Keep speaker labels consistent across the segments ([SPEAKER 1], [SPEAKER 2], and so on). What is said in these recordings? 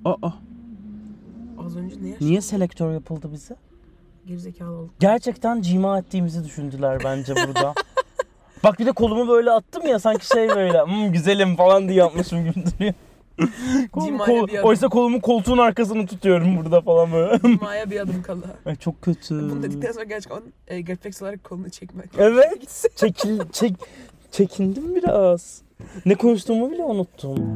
[SPEAKER 1] Aa.
[SPEAKER 2] Az önce ne yaşadın?
[SPEAKER 1] Niye selektör yapıldı bize?
[SPEAKER 2] Gerizekalı olduk.
[SPEAKER 1] Gerçekten cima ettiğimizi düşündüler bence burada. Bak bir de kolumu böyle attım ya sanki şey böyle güzelim falan diye yapmışım gibi duruyor. Oysa kolumu koltuğun arkasını tutuyorum burada falan böyle.
[SPEAKER 2] Cima'ya bir adım kala.
[SPEAKER 1] Ay çok kötü.
[SPEAKER 2] Bunu dedikten sonra gerçekten refleks olarak kolunu çekmek.
[SPEAKER 1] Evet. Çekindim biraz. Ne konuştuğumu bile unuttum.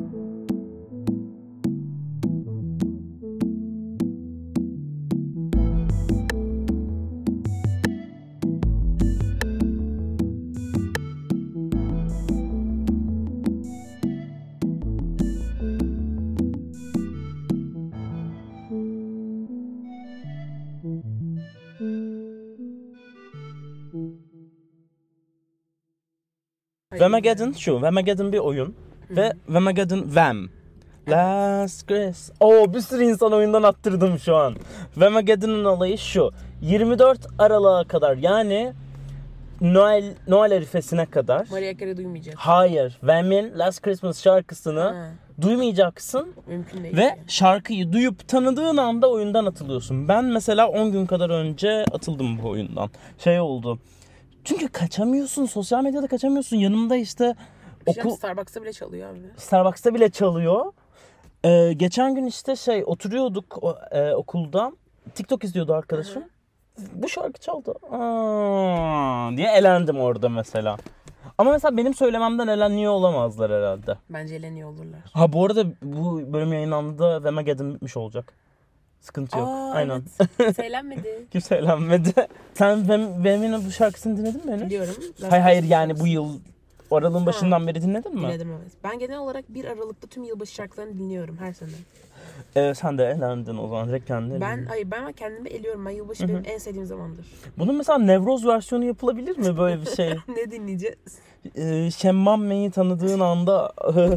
[SPEAKER 1] Vemageddon şu. Vemageddon bir oyun. Ve Vemageddon Vem. Last Christmas. Bir sürü insan oyundan attırdım şu an. Vemageddon'un olayı şu. 24 Aralık'a kadar yani Noel arifesine kadar.
[SPEAKER 2] Mariah Carey duymayacak.
[SPEAKER 1] Hayır. Vem'in Last Christmas şarkısını duymayacaksın.
[SPEAKER 2] Mümkün değil.
[SPEAKER 1] Ve şarkıyı duyup tanıdığın anda oyundan atılıyorsun. Ben mesela 10 gün kadar önce atıldım bu oyundan. Şey oldu. Çünkü kaçamıyorsun. Sosyal medyada kaçamıyorsun. Yanımda işte
[SPEAKER 2] Starbucks'ta bile çalıyor abi.
[SPEAKER 1] Starbucks'ta bile çalıyor. Geçen gün işte oturuyorduk okulda. TikTok izliyordu arkadaşım. Bu şarkı çaldı. Diye elendim orada mesela. Ama mesela benim söylememden elenmiyor olamazlar herhalde.
[SPEAKER 2] Bence eleniyor olurlar.
[SPEAKER 1] Ha bu arada bu bölüm yayınlandığında Vemageddon bitmiş olacak. Sıkıntı yok. Aynen.
[SPEAKER 2] Evet. Eğlenmedi.
[SPEAKER 1] Kimse eğlenmedi. Sen Vem'in bu şarkısını dinledin mi henüz?
[SPEAKER 2] Biliyorum.
[SPEAKER 1] Hayır yani bu yıl Aralık'ın başından beri dinledin mi?
[SPEAKER 2] Dinledim evet. Ben genel olarak 1 Aralık'ta tüm yılbaşı şarkılarını dinliyorum her sene.
[SPEAKER 1] Sen de elendin o zaman direkt kendini.
[SPEAKER 2] Ben kendimi eliyorum. Ben yılbaşı benim en sevdiğim zamandır.
[SPEAKER 1] Bunun mesela Nevroz versiyonu yapılabilir mi böyle bir şey?
[SPEAKER 2] Ne dinleyeceğiz?
[SPEAKER 1] Şemmamme'yi tanıdığın anda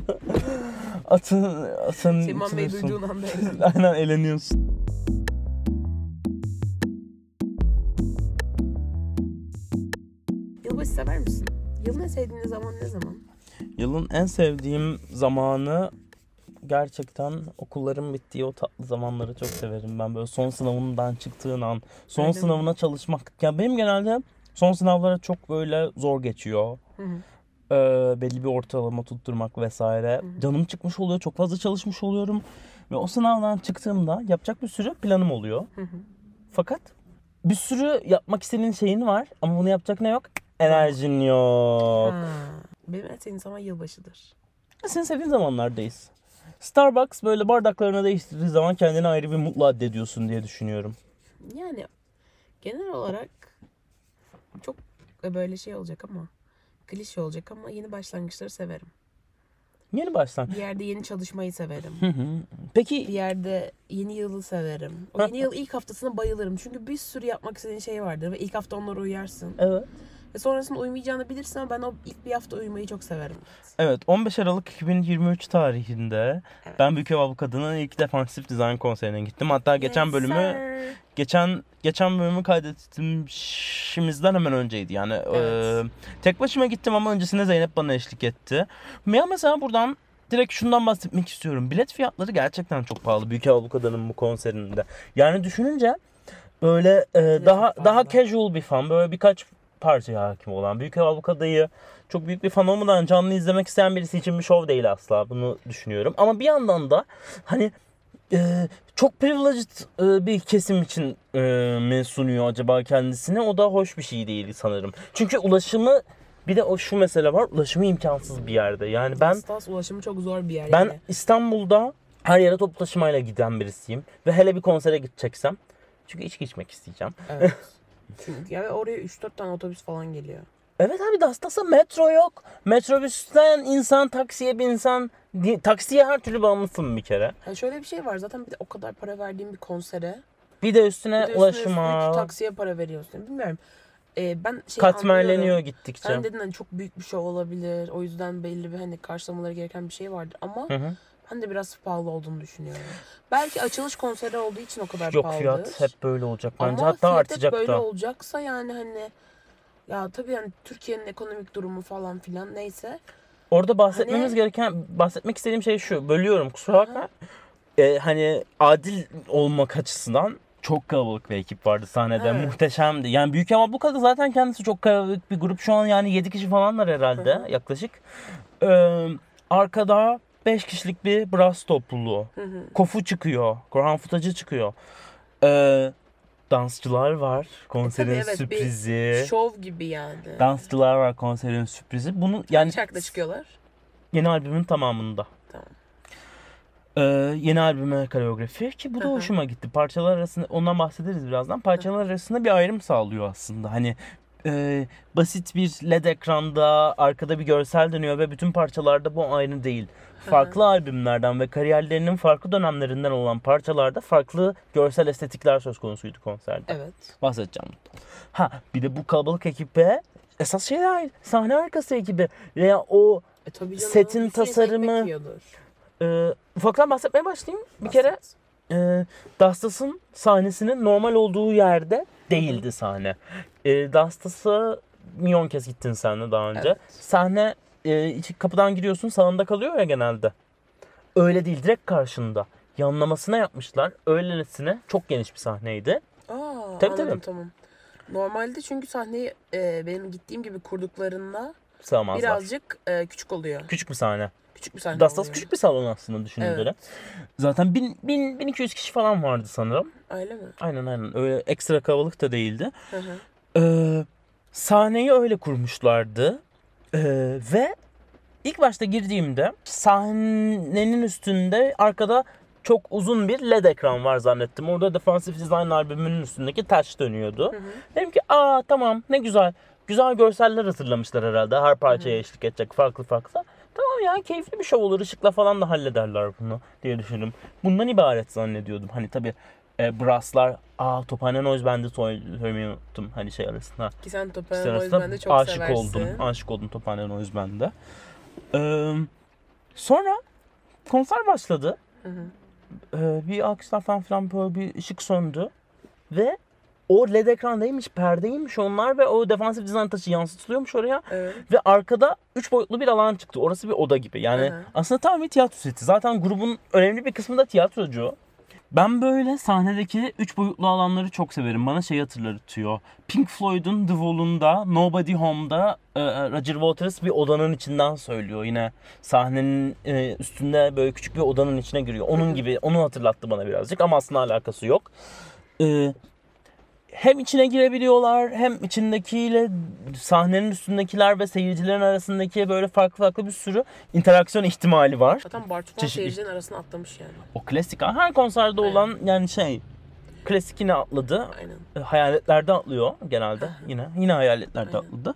[SPEAKER 1] atın
[SPEAKER 2] Şemmamme'yi duyduğun anda
[SPEAKER 1] aynen eleniyorsun.
[SPEAKER 2] Yılbaşı sever misin? Yılın en sevdiğin zaman ne zaman?
[SPEAKER 1] Yılın en sevdiğim zamanı gerçekten okulların bittiği o tatlı zamanları çok severim ben. Böyle son sınavından çıktığın an, son öyle sınavına mi? Çalışmak. Ya benim genelde son sınavlara çok böyle zor geçiyor. Belli bir ortalama tutturmak vesaire. Canım çıkmış oluyor, çok fazla çalışmış oluyorum. Ve o sınavdan çıktığımda yapacak bir sürü planım oluyor. Fakat bir sürü yapmak istediğin şeyin var ama bunu yapacak ne yok? Enerjin yok.
[SPEAKER 2] Benim en sevdiğim zaman yılbaşıdır.
[SPEAKER 1] Senin sevdiğin zamanlardayız. Starbucks böyle bardaklarını değiştirdiği zaman kendini ayrı bir mutlu addediyorsun diye düşünüyorum.
[SPEAKER 2] Yani genel olarak çok böyle şey olacak ama klişe olacak ama yeni başlangıçları severim.
[SPEAKER 1] Yeni başlangıç.
[SPEAKER 2] Bir yerde yeni çalışmayı severim.
[SPEAKER 1] Peki.
[SPEAKER 2] Bir yerde yeni yılı severim. O yeni yıl ilk haftasına bayılırım. Çünkü bir sürü yapmak istediğin şey vardır ve ilk hafta onlara uyarsın.
[SPEAKER 1] Evet.
[SPEAKER 2] Ve sonrasında uyumayacağını bilirsin ama ben o ilk bir hafta uyumayı çok severim.
[SPEAKER 1] Evet 15 Aralık 2023 tarihinde ben Büyük Ev Avukadı'nın ilk defansif dizayn konserine gittim. Hatta geçen bölümü kaydettiğimizden hemen önceydi. Yani tek başıma gittim ama öncesinde Zeynep bana eşlik etti. Ya mesela buradan direkt şundan bahsetmek istiyorum. Bilet fiyatları gerçekten çok pahalı Büyük Ev Avukadı'nın bu konserinde. Yani düşününce böyle daha casual bir fan, böyle birkaç parçaya hakim olan, Büyük Ev Avukadı'yı çok büyük bir fan olmadan canlı izlemek isteyen birisi için bir şov değil asla. Bunu düşünüyorum. Ama bir yandan da hani çok privileged bir kesim için mi sunuyor acaba kendisini? O da hoş bir şey değil sanırım. Çünkü ulaşımı, bir de şu mesele var. Ulaşımı imkansız bir yerde. Yani ben
[SPEAKER 2] ulaşımı çok zor bir yer.
[SPEAKER 1] Ben İstanbul'da her yere toplu taşımayla giden birisiyim ve hele bir konsere gideceksem çünkü içki içmek isteyeceğim.
[SPEAKER 2] Evet. Çünkü yani oraya 3-4 tane otobüs falan geliyor.
[SPEAKER 1] Evet abi, Dastas'a metro yok. Metrobüsten insan taksiye binsen, taksiye her türlü bağımlısın bir kere.
[SPEAKER 2] Yani şöyle bir şey var, zaten bir de o kadar para verdiğim bir konsere.
[SPEAKER 1] Bir de üstüne ulaşıma.
[SPEAKER 2] Taksiye para veriyorsun. Bilmiyorum. Ben
[SPEAKER 1] katmerleniyor gittikçe.
[SPEAKER 2] Sen dedin hani çok büyük bir şey olabilir. O yüzden belli bir hani karşılamaları gereken bir şey vardır. Ama ben de biraz pahalı olduğunu düşünüyorum. Belki açılış konseri olduğu için o kadar pahalıdır.
[SPEAKER 1] Yok, fiyat hep böyle olacak bence.
[SPEAKER 2] Ama
[SPEAKER 1] hatta artacak da.
[SPEAKER 2] Ama böyle olacaksa yani hani ya tabii yani Türkiye'nin ekonomik durumu falan filan neyse.
[SPEAKER 1] Orada bahsetmek istediğim şey şu. Bölüyorum, kusura bakma. hani adil olmak açısından çok kalabalık bir ekip vardı sahnede. Evet. Muhteşemdi. Yani Büyük Ev Abluka'da zaten kendisi çok kalabalık bir grup. Şu an yani 7 kişi falanlar herhalde yaklaşık. Arkada 5 kişilik bir brass topluluğu. Kofu çıkıyor. Korhan Futacı çıkıyor. Dansçılar var. Konserin
[SPEAKER 2] evet,
[SPEAKER 1] sürprizi.
[SPEAKER 2] Bir şov gibi yani.
[SPEAKER 1] Dansçılar var, konserin sürprizi. Bunu yani
[SPEAKER 2] şarkıda çıkıyorlar.
[SPEAKER 1] Yeni albümün tamamında.
[SPEAKER 2] Tamam.
[SPEAKER 1] Yeni albüme koreografi ki bu da hoşuma gitti. Parçalar arasında, ondan bahsederiz birazdan. Parçalar arasında bir ayrım sağlıyor aslında. Hani basit bir LED ekranda arkada bir görsel dönüyor ve bütün parçalarda bu aynı değil. Farklı albümlerden ve kariyerlerinin farklı dönemlerinden olan parçalarda farklı görsel estetikler söz konusuydu konserde.
[SPEAKER 2] Evet.
[SPEAKER 1] Bahsedeceğim. Bir de bu kalabalık ekibe esas şeyler, sahne arkası ekibi veya o setin tasarımı. Ufaktan bahsetmeye başlayayım. Bir kere Dastas'ın sahnesinin normal olduğu yerde değildi sahne. Dastas'a milyon kez gittin sen de daha önce. Evet. Sahne kapıdan giriyorsun, sağında kalıyor ya genelde. Öyle değil, direkt karşında. Yanlamasına yapmışlar. Öylesine çok geniş bir sahneydi.
[SPEAKER 2] Tabii. Tamam. Normalde çünkü sahneyi benim gittiğim gibi kurduklarında sığmazlar. Birazcık küçük oluyor.
[SPEAKER 1] Küçük bir sahne.
[SPEAKER 2] Küçük bir sahne
[SPEAKER 1] Dastas küçük bir salon aslında düşünüldüğünde. Evet. Zaten 1200 kişi falan vardı sanırım.
[SPEAKER 2] Öyle mi?
[SPEAKER 1] Aynen. Öyle ekstra kalabalık da değildi. Sahneyi öyle kurmuşlardı. Ve ilk başta girdiğimde sahnenin üstünde arkada çok uzun bir LED ekran var zannettim. Orada Defensive Design albümünün üstündeki taş dönüyordu. Dedim ki tamam ne güzel. Güzel görseller hazırlamışlar herhalde. Her parçaya eşlik edecek farklı. Tamam ya, keyifli bir şov olur. Işıkla falan da hallederler bunu diye düşündüm. Bundan ibaret zannediyordum. Hani tabii brasslar, Tophane Noise Band'i söylemeyi unuttum. Hani şey arasında.
[SPEAKER 2] Ki sen Tophane Noise Band'i çok seversin.
[SPEAKER 1] Aşık oldum Tophane Noise Band'e. Sonra konser başladı. Bir alkışlar falan böyle bir ışık söndü. Ve o LED ekrandaymış, perdeymiş onlar ve o Defensive Design taşı yansıtılıyormuş oraya. Evet. Ve arkada 3 boyutlu bir alan çıktı. Orası bir oda gibi. Yani aslında tam bir tiyatro seti. Zaten grubun önemli bir kısmı da tiyatrocu. Ben böyle sahnedeki 3 boyutlu alanları çok severim. Bana şey hatırlatıyor. Pink Floyd'un The Wall'unda, Nobody Home'da Roger Waters bir odanın içinden söylüyor. Yine sahnenin üstünde böyle küçük bir odanın içine giriyor. Onun gibi, onu hatırlattı bana birazcık ama aslında alakası yok. Hem içine girebiliyorlar, hem içindekiyle sahnenin üstündekiler ve seyircilerin arasındaki böyle farklı bir sürü interaksiyon ihtimali var.
[SPEAKER 2] Zaten Bartukan seyircilerin arasına atlamış yani.
[SPEAKER 1] O klasik. Her konserde olan yani klasik yine atladı. Aynen. Hayaletlerde atlıyor genelde. Yine hayaletlerde atladı.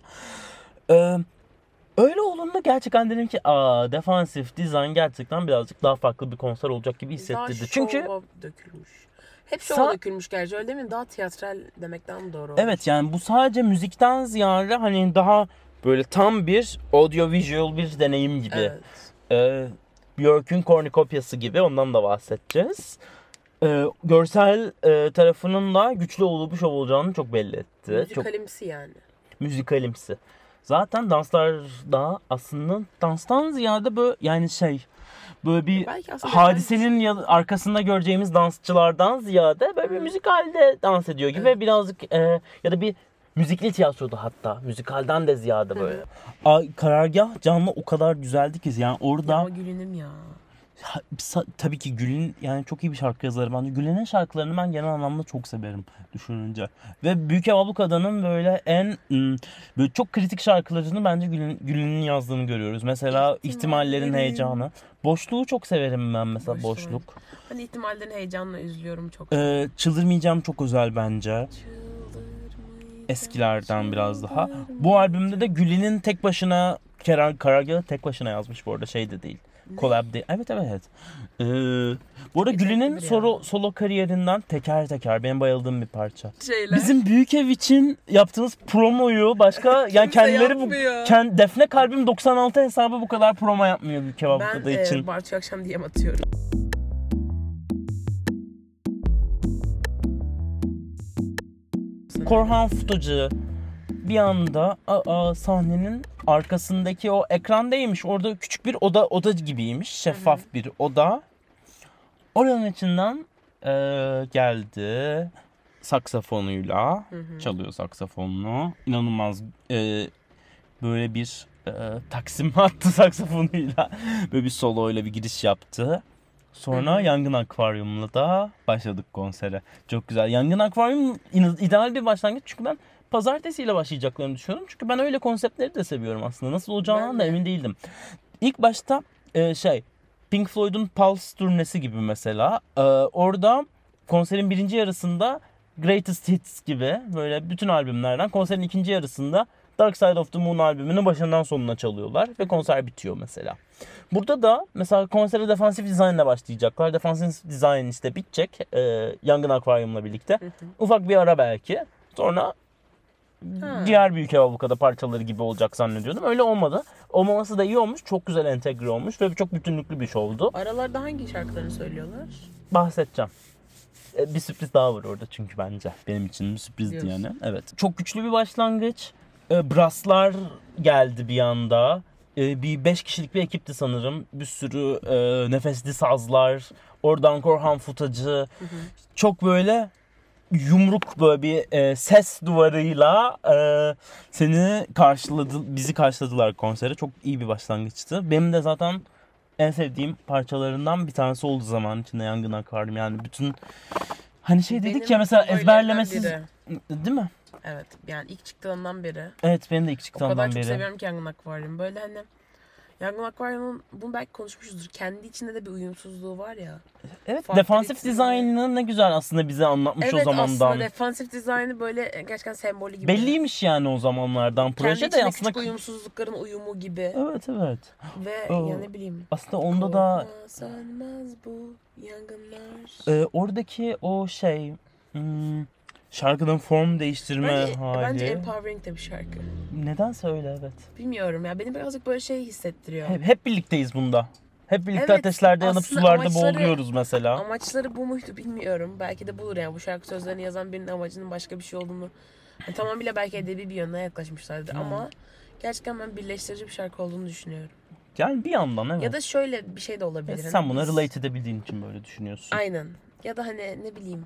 [SPEAKER 1] Öyle olduğunda gerçekten dedim ki Defensive Design gerçekten birazcık daha farklı bir konser olacak gibi hissettirdi. Çünkü
[SPEAKER 2] dökülmüş. Hep şova dökülmüş gerçi, öyle değil mi? Daha tiyatral demekten doğru olur.
[SPEAKER 1] Evet, yani bu sadece müzikten ziyade hani daha böyle tam bir audiovisual bir deneyim gibi. Evet. Björk'ün kornikopyası gibi, ondan da bahsedeceğiz. Görsel tarafının da güçlü olduğu bir şov olacağını çok belli etti.
[SPEAKER 2] Müzikalimsi yani.
[SPEAKER 1] Müzikalimsi. Zaten danslarda aslında danstan ziyade böyle yani böyle bir Hadise'nin arkasında göreceğimiz dansçılardan ziyade böyle bir müzikalde dans ediyor gibi ve birazcık ya da bir müzikli tiyatroda, hatta müzikalden de ziyade böyle. Karargah canlı o kadar güzeldi ki yani orada.
[SPEAKER 2] Ya Gül'ünüm ya.
[SPEAKER 1] Tabii ki Gül'ün yani çok iyi bir şarkı yazarı bence. Gül'ün şarkılarını ben genel anlamda çok severim düşününce. Ve Büyük Ev Abluka'nın böyle böyle çok kritik şarkılarını bence Gül'ün yazdığını görüyoruz. Mesela İhtimallerin Heyecanı. Boşluğu çok severim ben mesela, Boşluk.
[SPEAKER 2] Ben İhtimallerin Heyecanı'na üzülüyorum çok.
[SPEAKER 1] Çıldırmayacağım çok özel bence. Eskilerden biraz daha. Bu albümde de Gül'ün tek başına Karargah'ı tek başına yazmış bu arada, de değil. Collab değil. Evet. Bu arada Gül'ün solo kariyerinden teker benim bayıldığım bir parça. Bizim Büyük Ev için yaptığımız promoyu başka yani kendileri Defne Kalbim 96 hesabı bu kadar promo yapmıyor Büyük Ev Abluka'da için.
[SPEAKER 2] Ben Bartu Akşam diye atıyorum.
[SPEAKER 1] Korhan Futacı bir anda sahnenin arkasındaki o ekran değilmiş. Orada küçük bir oda gibiymiş. Şeffaf bir oda. Oranın içinden geldi saksafonuyla çalıyor saksafonunu. İnanılmaz böyle bir taksim attı saksafonuyla. Böyle bir soloyla bir giriş yaptı. Sonra Yangın Akvaryum'la da başladık konsere. Çok güzel. Yangın Akvaryum ideal bir başlangıç çünkü ben pazartesiyle başlayacaklarını düşünüyorum. Çünkü ben öyle konseptleri de seviyorum aslında. Nasıl olacağından da emin değildim. İlk başta Pink Floyd'un Pulse turnesi gibi mesela. Orada konserin birinci yarısında Greatest Hits gibi böyle bütün albümlerden, konserin ikinci yarısında Dark Side of the Moon albümünü başından sonuna çalıyorlar ve konser bitiyor mesela. Burada da mesela konsere Defensive Design'la başlayacaklar. Defensive Design işte bitecek Yangın Akvaryum'la birlikte. Ufak bir ara belki. Sonra diğer Büyük Ev Avuka'da parçaları gibi olacak zannediyordum. Öyle olmadı. Olmaması da iyi olmuş. Çok güzel entegre olmuş ve çok bütünlüklü bir şovdu.
[SPEAKER 2] Aralarda hangi şarkılarını söylüyorlar?
[SPEAKER 1] Bahsedeceğim. Bir sürpriz daha var orada çünkü bence. Benim için bir sürprizdi
[SPEAKER 2] Diyorsun.
[SPEAKER 1] yani. Evet. Çok güçlü bir başlangıç. Brasslar geldi bir anda. Bir 5 kişilik bir ekipti sanırım. Bir sürü nefesli sazlar. Oradan Korhan Futacı. Çok böyle yumruk böyle bir ses duvarıyla bizi karşıladılar konsere. Çok iyi bir başlangıçtı. Benim de zaten en sevdiğim parçalarından bir tanesi oldu zaman içinde Yangın Akvaryum. Yani bütün hani şey dedik
[SPEAKER 2] Benim
[SPEAKER 1] ya mesela
[SPEAKER 2] favorilerimden
[SPEAKER 1] ezberlemesiz
[SPEAKER 2] biri.
[SPEAKER 1] değil mi?
[SPEAKER 2] Evet yani ilk çıktığından beri.
[SPEAKER 1] Evet benim de ilk
[SPEAKER 2] O
[SPEAKER 1] çıktığından
[SPEAKER 2] kadar çok
[SPEAKER 1] beri.
[SPEAKER 2] seviyorum ki Yangın Akvaryum. Böyle hani Yangın Akvaryum'un bunu belki konuşmuşuzdur. Kendi içinde de bir uyumsuzluğu var ya.
[SPEAKER 1] Evet,
[SPEAKER 2] Farklı
[SPEAKER 1] defansif
[SPEAKER 2] ikisi
[SPEAKER 1] dizaynını ne güzel aslında bize anlatmış o zamandan.
[SPEAKER 2] Evet aslında defansif dizaynı böyle gerçekten sembolü gibi.
[SPEAKER 1] Belliymiş yani o zamanlardan.
[SPEAKER 2] Kendi
[SPEAKER 1] Proje de
[SPEAKER 2] içinde
[SPEAKER 1] aslında
[SPEAKER 2] küçük uyumsuzlukların uyumu gibi.
[SPEAKER 1] Evet.
[SPEAKER 2] Ve ya ne bileyim.
[SPEAKER 1] Aslında onda da
[SPEAKER 2] Korkma sönmez bu yangınlar.
[SPEAKER 1] oradaki o şarkının form değiştirme hali.
[SPEAKER 2] Bence empowering de bir şarkı.
[SPEAKER 1] Nedense öyle evet.
[SPEAKER 2] Bilmiyorum ya beni birazcık böyle şey hissettiriyor.
[SPEAKER 1] Hep birlikteyiz bunda. Hep birlikte
[SPEAKER 2] Evet,
[SPEAKER 1] ateşlerde yanıp
[SPEAKER 2] aslında
[SPEAKER 1] sularda
[SPEAKER 2] amaçları-
[SPEAKER 1] boğuluyoruz mesela.
[SPEAKER 2] Amaçları bu muydu bilmiyorum. Belki de budur yani bu şarkı sözlerini yazan birinin amacının başka bir şey olduğunu. Yani tamamıyla belki edebi bir yöne yaklaşmışlardır ama gerçekten ben birleştirici bir şarkı olduğunu düşünüyorum.
[SPEAKER 1] Yani bir yandan evet.
[SPEAKER 2] Ya da şöyle bir şey de olabilir.
[SPEAKER 1] Sen
[SPEAKER 2] Hani
[SPEAKER 1] buna
[SPEAKER 2] biz-
[SPEAKER 1] relate edebildiğin için böyle düşünüyorsun.
[SPEAKER 2] Aynen. Ya da hani ne bileyim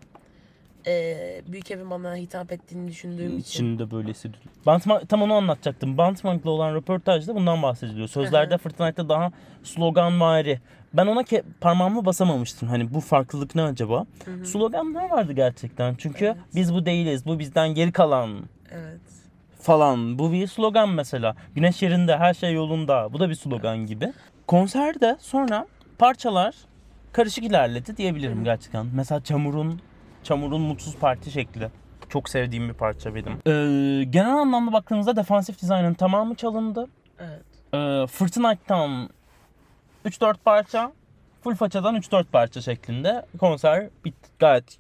[SPEAKER 2] büyük evin bana hitap ettiğini düşündüğüm için.
[SPEAKER 1] İçinde böylesi. Tam onu anlatacaktım. Bantmank'la olan röportajda bundan bahsediliyor. Sözlerde Fırtınayt'ta daha sloganvari. Ben ona parmağımı basamamıştım. Hani bu farklılık ne acaba? Sloganlar vardı gerçekten. Çünkü biz bu değiliz. Bu bizden geri kalan
[SPEAKER 2] Evet.
[SPEAKER 1] falan. Bu bir slogan mesela. Güneş yerinde, her şey yolunda. Bu da bir slogan gibi. Konserde sonra parçalar karışık ilerledi diyebilirim gerçekten. Mesela Çamur'un Mutsuz Parti şekli. Çok sevdiğim bir parça benim. Genel anlamda baktığımızda defansif dizaynın tamamı çalındı.
[SPEAKER 2] Evet.
[SPEAKER 1] Fırtınak'tan 3-4 parça, full façadan 3-4 parça şeklinde konser bitti. Gayet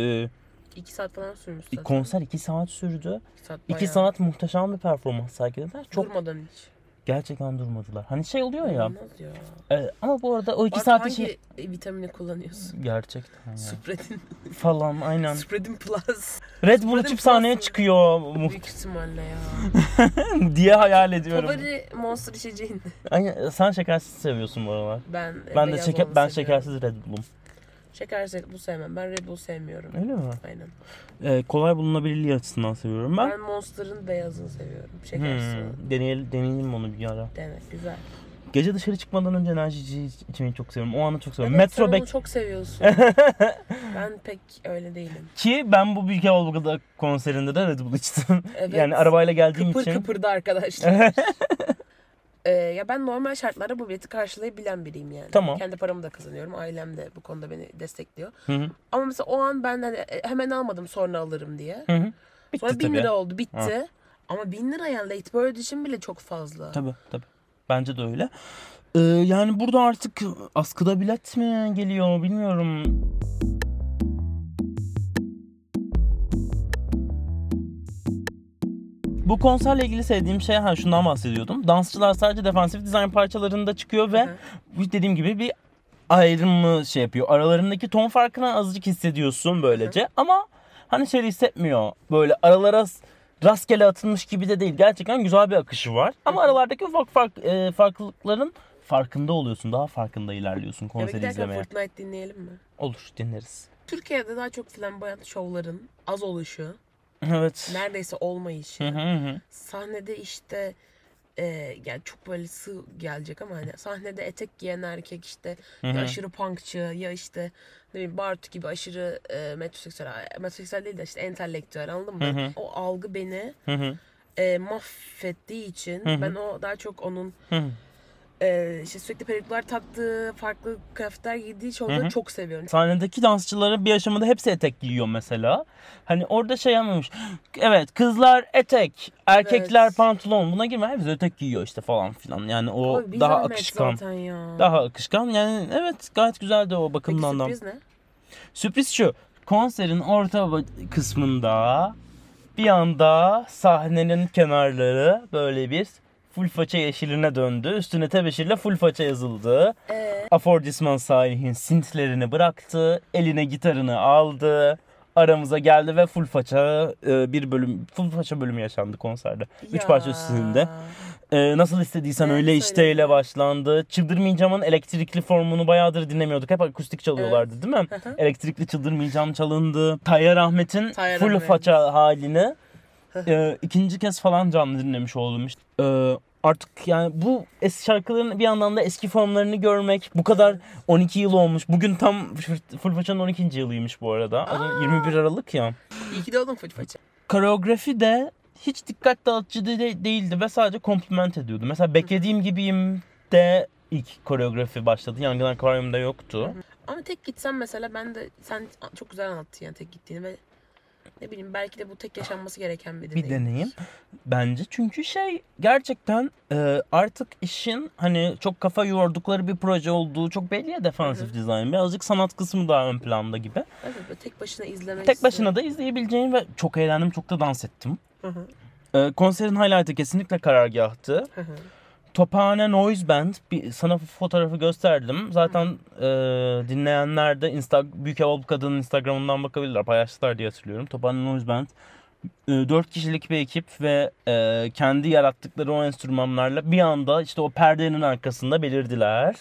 [SPEAKER 2] 2 saat falan sürmüş zaten.
[SPEAKER 1] konser 2 saat sürdü. 2
[SPEAKER 2] bayağı.
[SPEAKER 1] saat muhteşem bir performans sergilediler. Çok
[SPEAKER 2] Durmadan hiç.
[SPEAKER 1] gerçekten durmadılar. Hani şey oluyor ya.
[SPEAKER 2] Olmaz ya.
[SPEAKER 1] Ama bu arada o 2
[SPEAKER 2] Bak,
[SPEAKER 1] saati
[SPEAKER 2] hangi vitamini kullanıyorsun?
[SPEAKER 1] gerçekten ya.
[SPEAKER 2] Supredin.
[SPEAKER 1] Falan aynen.
[SPEAKER 2] Supredin Plus.
[SPEAKER 1] Red Bull
[SPEAKER 2] Supredin
[SPEAKER 1] içip
[SPEAKER 2] Plus
[SPEAKER 1] sahneye
[SPEAKER 2] mı?
[SPEAKER 1] çıkıyor
[SPEAKER 2] Büyük ihtimalle ya.
[SPEAKER 1] diye hayal ediyorum.
[SPEAKER 2] Favori Monster içeceğin.
[SPEAKER 1] Aynen, sen şekersiz seviyorsun bu aralar.
[SPEAKER 2] Ben
[SPEAKER 1] Ben de
[SPEAKER 2] beyaz
[SPEAKER 1] şeker
[SPEAKER 2] olanı
[SPEAKER 1] ben
[SPEAKER 2] seviyorum.
[SPEAKER 1] şekersiz Red Bull'um.
[SPEAKER 2] Şekersiz bu sevmem. Ben Red Bull sevmiyorum.
[SPEAKER 1] Öyle mi?
[SPEAKER 2] Aynen.
[SPEAKER 1] Kolay bulunabilirliği açısından seviyorum ben.
[SPEAKER 2] Ben Monster'ın beyazını seviyorum. Şekersiz.
[SPEAKER 1] Deneyeyim onu bir ara.
[SPEAKER 2] Dene. Güzel.
[SPEAKER 1] Gece dışarı çıkmadan önce enerji içmeyi çok seviyorum. O anı çok seviyorum.
[SPEAKER 2] Evet, sen
[SPEAKER 1] Metro
[SPEAKER 2] onu çok seviyorsun. Ben pek öyle değilim.
[SPEAKER 1] Ki ben bu Büyük Ev Avuka'da konserinde de Red Bull içtim.
[SPEAKER 2] Evet.
[SPEAKER 1] Yani arabayla geldiğim
[SPEAKER 2] Kıpır
[SPEAKER 1] için.
[SPEAKER 2] kıpırdı arkadaşlar. Ya ben normal şartlarda bu bileti karşılayabilen biriyim yani.
[SPEAKER 1] Tamam.
[SPEAKER 2] Kendi paramı da kazanıyorum. Ailem de bu konuda beni destekliyor.
[SPEAKER 1] Hı.
[SPEAKER 2] Ama mesela o an ben hani hemen almadım sonra alırım diye.
[SPEAKER 1] Hı. Bitti
[SPEAKER 2] Sonra 1000
[SPEAKER 1] tabii.
[SPEAKER 2] lira oldu bitti.
[SPEAKER 1] Ha.
[SPEAKER 2] Ama 1000 lira yani late bird için bile çok fazla.
[SPEAKER 1] Tabii. Bence de öyle. Yani burada artık askıda bilet mi geliyor bilmiyorum. Bu konserle ilgili sevdiğim şey şundan bahsediyordum. Dansçılar sadece defansif dizayn parçalarında çıkıyor ve dediğim gibi bir ayrımı şey yapıyor. Aralarındaki ton farkını azıcık hissediyorsun böylece. Ama hani şey hissetmiyor. Böyle aralara rastgele atılmış gibi de değil. Gerçekten güzel bir akışı var. Ama aralardaki ufak farklılıkların farkında oluyorsun. Daha farkında ilerliyorsun konseri
[SPEAKER 2] giderken
[SPEAKER 1] izlemeye.
[SPEAKER 2] Fortnite dinleyelim mi?
[SPEAKER 1] Olur, dinleriz.
[SPEAKER 2] Türkiye'de daha çok flamboyant şovların az oluşu,
[SPEAKER 1] Evet.
[SPEAKER 2] neredeyse olmayışı,
[SPEAKER 1] Hı.
[SPEAKER 2] sahnede işte yani çok böyle sığ gelecek ama hani sahnede etek giyen erkek işte ya aşırı punkçı ya işte ne bileyim Bartu gibi aşırı metroseksüel değil de işte entelektüel, anladın mı? O algı beni mahvettiği için ben o daha çok onun işte sürekli peruklar taktığı, farklı kıyafetler giydiği şovları çok seviyorum.
[SPEAKER 1] Sahnedeki dansçıların bir aşamada hepsi etek giyiyor mesela. Hani orada şey yapmamış. Evet, kızlar etek, erkekler pantolon. Buna girme. Hepsi etek giyiyor işte falan filan. Yani o
[SPEAKER 2] Abi,
[SPEAKER 1] daha akışkan. Daha akışkan. Yani evet, gayet güzeldi o bakımdan da.
[SPEAKER 2] Peki sürpriz ne?
[SPEAKER 1] Sürpriz şu. Konserin orta kısmında bir anda sahnenin kenarları böyle bir full faça yeşiline döndü. Üstüne tebeşirle full faça yazıldı. Afrodisman Salih'in synthlerini bıraktı. Eline gitarını aldı. Aramıza geldi ve full faça full faça bölümü yaşandı konserde. 3 parça üstünde. Nasıl istediysen öyle işteyle başlandı. Çıldırmayacağımın elektrikli formunu bayağıdır dinlemiyorduk. Hep akustik çalıyorlardı değil mi? Elektrikli Çıldırmayacağım çalındı. Tayyar Ahmet'in full faça halini ikinci kez falan canlı dinlemiş oldum. Artık yani bu eski şarkıların bir yandan da eski formlarını görmek, bu kadar 12 yıl olmuş. Bugün tam full façanın 12. yılıymış bu arada. 21 Aralık ya.
[SPEAKER 2] İyi ki de oldun full faça.
[SPEAKER 1] Koreografi de hiç dikkat dağıtıcı değildi ve sadece kompliment ediyordu. Mesela Beklediğim Gibiyim de ilk koreografi başladı. Yangın Akvaryum'da yoktu.
[SPEAKER 2] Ama tek gitsem mesela sen çok güzel anlattın yani tek gittiğini ve ne bileyim belki de bu tek yaşanması gereken bir deneyim.
[SPEAKER 1] Bir deneyim. Bence çünkü gerçekten artık işin hani çok kafa yordukları bir proje olduğu çok belli ya, defansif dizayn. Birazcık sanat kısmı daha ön planda gibi.
[SPEAKER 2] Evet, böyle tek başına izlemek.
[SPEAKER 1] Tek başına da izleyebileceğin ve çok eğlendim, çok da dans ettim. Konserin highlight'ı kesinlikle karargahtı. Tophane Noise Band. Sana fotoğrafı gösterdim. Zaten dinleyenler de Büyük Ev Olup Kadın'ın Instagram'ından bakabilirler. Paylaştılar diye hatırlıyorum. Tophane Noise Band 4 kişilik bir ekip ve kendi yarattıkları o enstrümanlarla bir anda işte o perdenin arkasında belirdiler.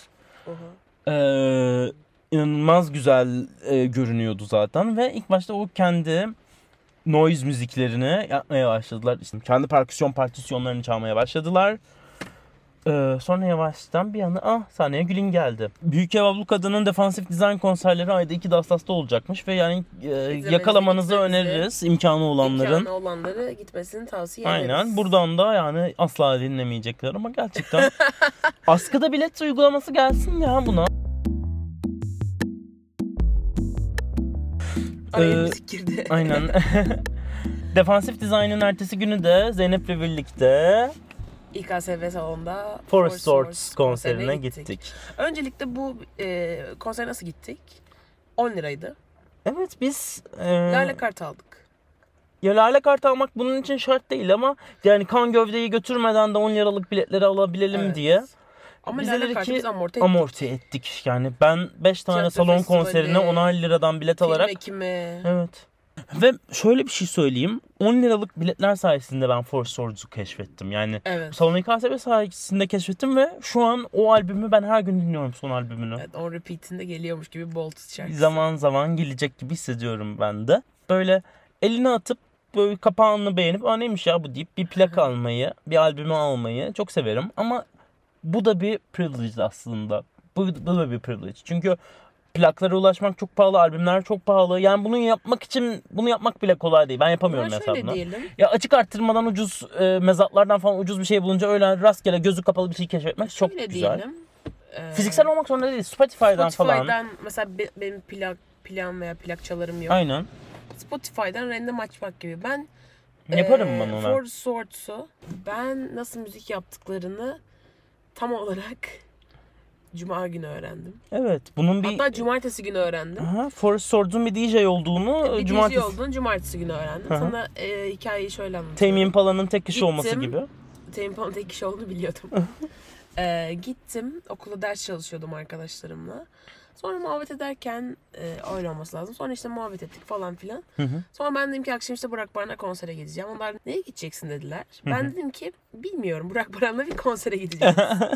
[SPEAKER 1] İnanılmaz güzel görünüyordu zaten ve ilk başta o kendi noise müziklerini yapmaya başladılar. İşte kendi perküsyon partisyonlarını çalmaya başladılar. Sonra yavaştan bir anda sahneye Gül'in geldi. Büyük Ev Avlu Kadın'ın defansif dizayn konserleri ayda 2 Ağustos'ta olacakmış ve yani yakalamanızı öneririz imkanı olanların.
[SPEAKER 2] İmkanı olanları gitmesini tavsiye ederiz.
[SPEAKER 1] Aynen. Buradan da yani asla dinlemeyecekler ama gerçekten askıda bilet uygulaması gelsin ya buna.
[SPEAKER 2] Araya müzik girdi.
[SPEAKER 1] Aynen. Defansif dizaynın ertesi günü de Zeynep'le birlikte
[SPEAKER 2] İKSV salonunda
[SPEAKER 1] Forest Swords konserine gittik.
[SPEAKER 2] Öncelikle bu konsere nasıl gittik? 10 liraydı.
[SPEAKER 1] Evet, biz
[SPEAKER 2] Lale kart aldık.
[SPEAKER 1] Ya lale kart almak bunun için şart değil ama yani kan gövdeyi götürmeden de 10 liralık biletleri alabilelim diye.
[SPEAKER 2] Ama lale kartı biz amorti
[SPEAKER 1] ettik. Yani ben 5 tane salon konserine 10'ar liradan bilet alarak. Evet. Ve şöyle bir şey söyleyeyim. 10 liralık biletler sayesinde ben Forest Swords'u keşfettim. Yani Salon İKSV sayesinde keşfettim ve şu an o albümü ben her gün dinliyorum, son albümünü.
[SPEAKER 2] Evet, on repeat'inde geliyormuş gibi Bolts şarkısı.
[SPEAKER 1] Zaman zaman gelecek gibi hissediyorum ben de. Böyle eline atıp böyle kapağını beğenip neymiş ya bu deyip bir plak almayı, bir albümü almayı çok severim. Ama bu da bir privilege aslında. Bu da bir privilege. Çünkü plaklara ulaşmak çok pahalı, albümler çok pahalı. Yani bunu yapmak bile kolay değil. Ben yapamıyorum mesela bunu. Ya açık arttırmadan ucuz mezatlardan falan ucuz bir şey bulunca öyle rastgele gözü kapalı bir şey keşfetmek çok güzel. Fiziksel olmak zorunda değil. Spotify'dan falan.
[SPEAKER 2] Mesela benim plan veya plakçalarım yok.
[SPEAKER 1] Aynen.
[SPEAKER 2] Spotify'dan random açmak gibi. Ben
[SPEAKER 1] yaparım ben ona.
[SPEAKER 2] Forest Swords'u ben nasıl müzik yaptıklarını tam olarak Cuma günü öğrendim.
[SPEAKER 1] Evet.
[SPEAKER 2] Hatta cumartesi günü öğrendim.
[SPEAKER 1] Forest Swords'un bir DJ olduğunu
[SPEAKER 2] cumartesi günü öğrendim. Sana hikayeyi şöyle anlatayım.
[SPEAKER 1] Tame Impala'nın tek kişi olması gibi.
[SPEAKER 2] Tame Impala'nın tek kişi olduğunu biliyordum. Gittim. Okulda ders çalışıyordum arkadaşlarımla. Sonra muhabbet ederken öyle olması lazım. Sonra işte muhabbet ettik falan filan. Sonra ben dedim ki akşam işte Burak Baran'a konsere gideceğim. Onlar neye gideceksin dediler. Ben dedim ki bilmiyorum, Burak Baran'la bir konsere gideceğiz.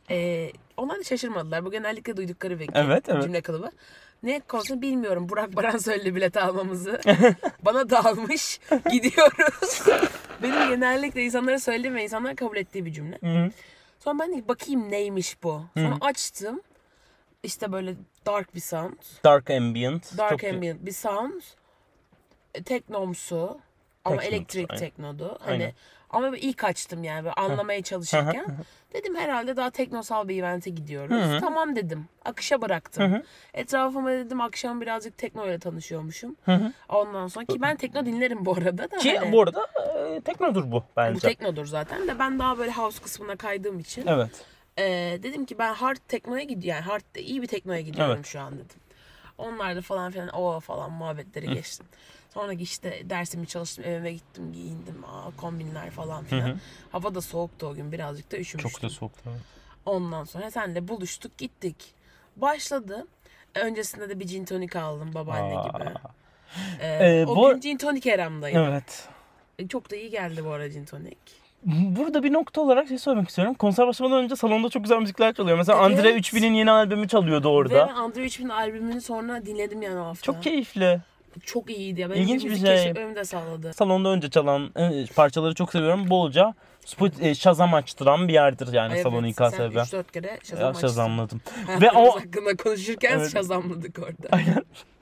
[SPEAKER 2] Onlar da şaşırmadılar. Bu genellikle duydukları bir
[SPEAKER 1] Evet.
[SPEAKER 2] cümle kalıbı. Ne konusunu bilmiyorum. Burak Baran söyledi bilet almamızı. Bana dağılmış. Gidiyoruz. Benim genellikle insanlara söylediğim ve insanlar kabul ettiği bir cümle.
[SPEAKER 1] Hı-hı.
[SPEAKER 2] Sonra ben de bakayım neymiş bu. Sonra açtım. İşte böyle dark bir sound.
[SPEAKER 1] Dark ambient.
[SPEAKER 2] Dark
[SPEAKER 1] Çok
[SPEAKER 2] ambient bir sound. Teknomsu. Ama
[SPEAKER 1] Tekno,
[SPEAKER 2] elektrik
[SPEAKER 1] aynen.
[SPEAKER 2] teknodu.
[SPEAKER 1] Aynen.
[SPEAKER 2] Hani ama böyle ilk açtım yani böyle anlamaya çalışırken. Dedim herhalde daha teknosal bir event'e gidiyoruz. Tamam dedim. Akışa bıraktım. Etrafıma dedim akşam birazcık tekno ile tanışıyormuşum. Ondan sonra ki ben tekno dinlerim bu arada da.
[SPEAKER 1] Ki
[SPEAKER 2] hani,
[SPEAKER 1] bu arada teknodur bu bence.
[SPEAKER 2] bu teknodur zaten de ben daha böyle house kısmına kaydığım için.
[SPEAKER 1] Evet.
[SPEAKER 2] Dedim ki ben hard teknoya gidiyorum. Yani iyi bir teknoya gidiyorum
[SPEAKER 1] Evet.
[SPEAKER 2] şu an dedim. Onlar da falan filan o falan muhabbetleri geçtim. Sonra işte dersimi çalıştım, evime gittim, giyindim. Kombinler falan filan. Hava da soğuktu o gün, birazcık da üşümüştüm.
[SPEAKER 1] Çok da soğuktu. Evet.
[SPEAKER 2] Ondan sonra senle buluştuk, gittik. Başladı. Öncesinde de bir gin tonic aldım babaanne gibi. O gün gin tonic eramdayım.
[SPEAKER 1] Evet.
[SPEAKER 2] Çok da iyi geldi bu arada gin tonic.
[SPEAKER 1] Burada bir nokta olarak şey söylemek istiyorum. Konser başlamadan önce salonda çok güzel müzikler çalıyor. Mesela
[SPEAKER 2] Evet.
[SPEAKER 1] Andre 3000'in yeni albümü çalıyordu
[SPEAKER 2] Ve
[SPEAKER 1] orada.
[SPEAKER 2] ben Andre 3000 albümünü sonra dinledim yani o hafta.
[SPEAKER 1] Çok keyifli.
[SPEAKER 2] Çok iyiydi ya. Benim
[SPEAKER 1] İlginç bir
[SPEAKER 2] müzik
[SPEAKER 1] şey.
[SPEAKER 2] keşfetmemi de sağladı.
[SPEAKER 1] Salonda önce çalan parçaları çok seviyorum. Bolca Shazam açtıran bir yerdir yani
[SPEAKER 2] Evet,
[SPEAKER 1] salonu
[SPEAKER 2] sen
[SPEAKER 1] İKSV.
[SPEAKER 2] 3-4 kere Shazam açtın.
[SPEAKER 1] Shazamladım.
[SPEAKER 2] Ve
[SPEAKER 1] Ve o
[SPEAKER 2] hakkında konuşurken
[SPEAKER 1] Evet.
[SPEAKER 2] Shazamladık orada.
[SPEAKER 1] Aynen.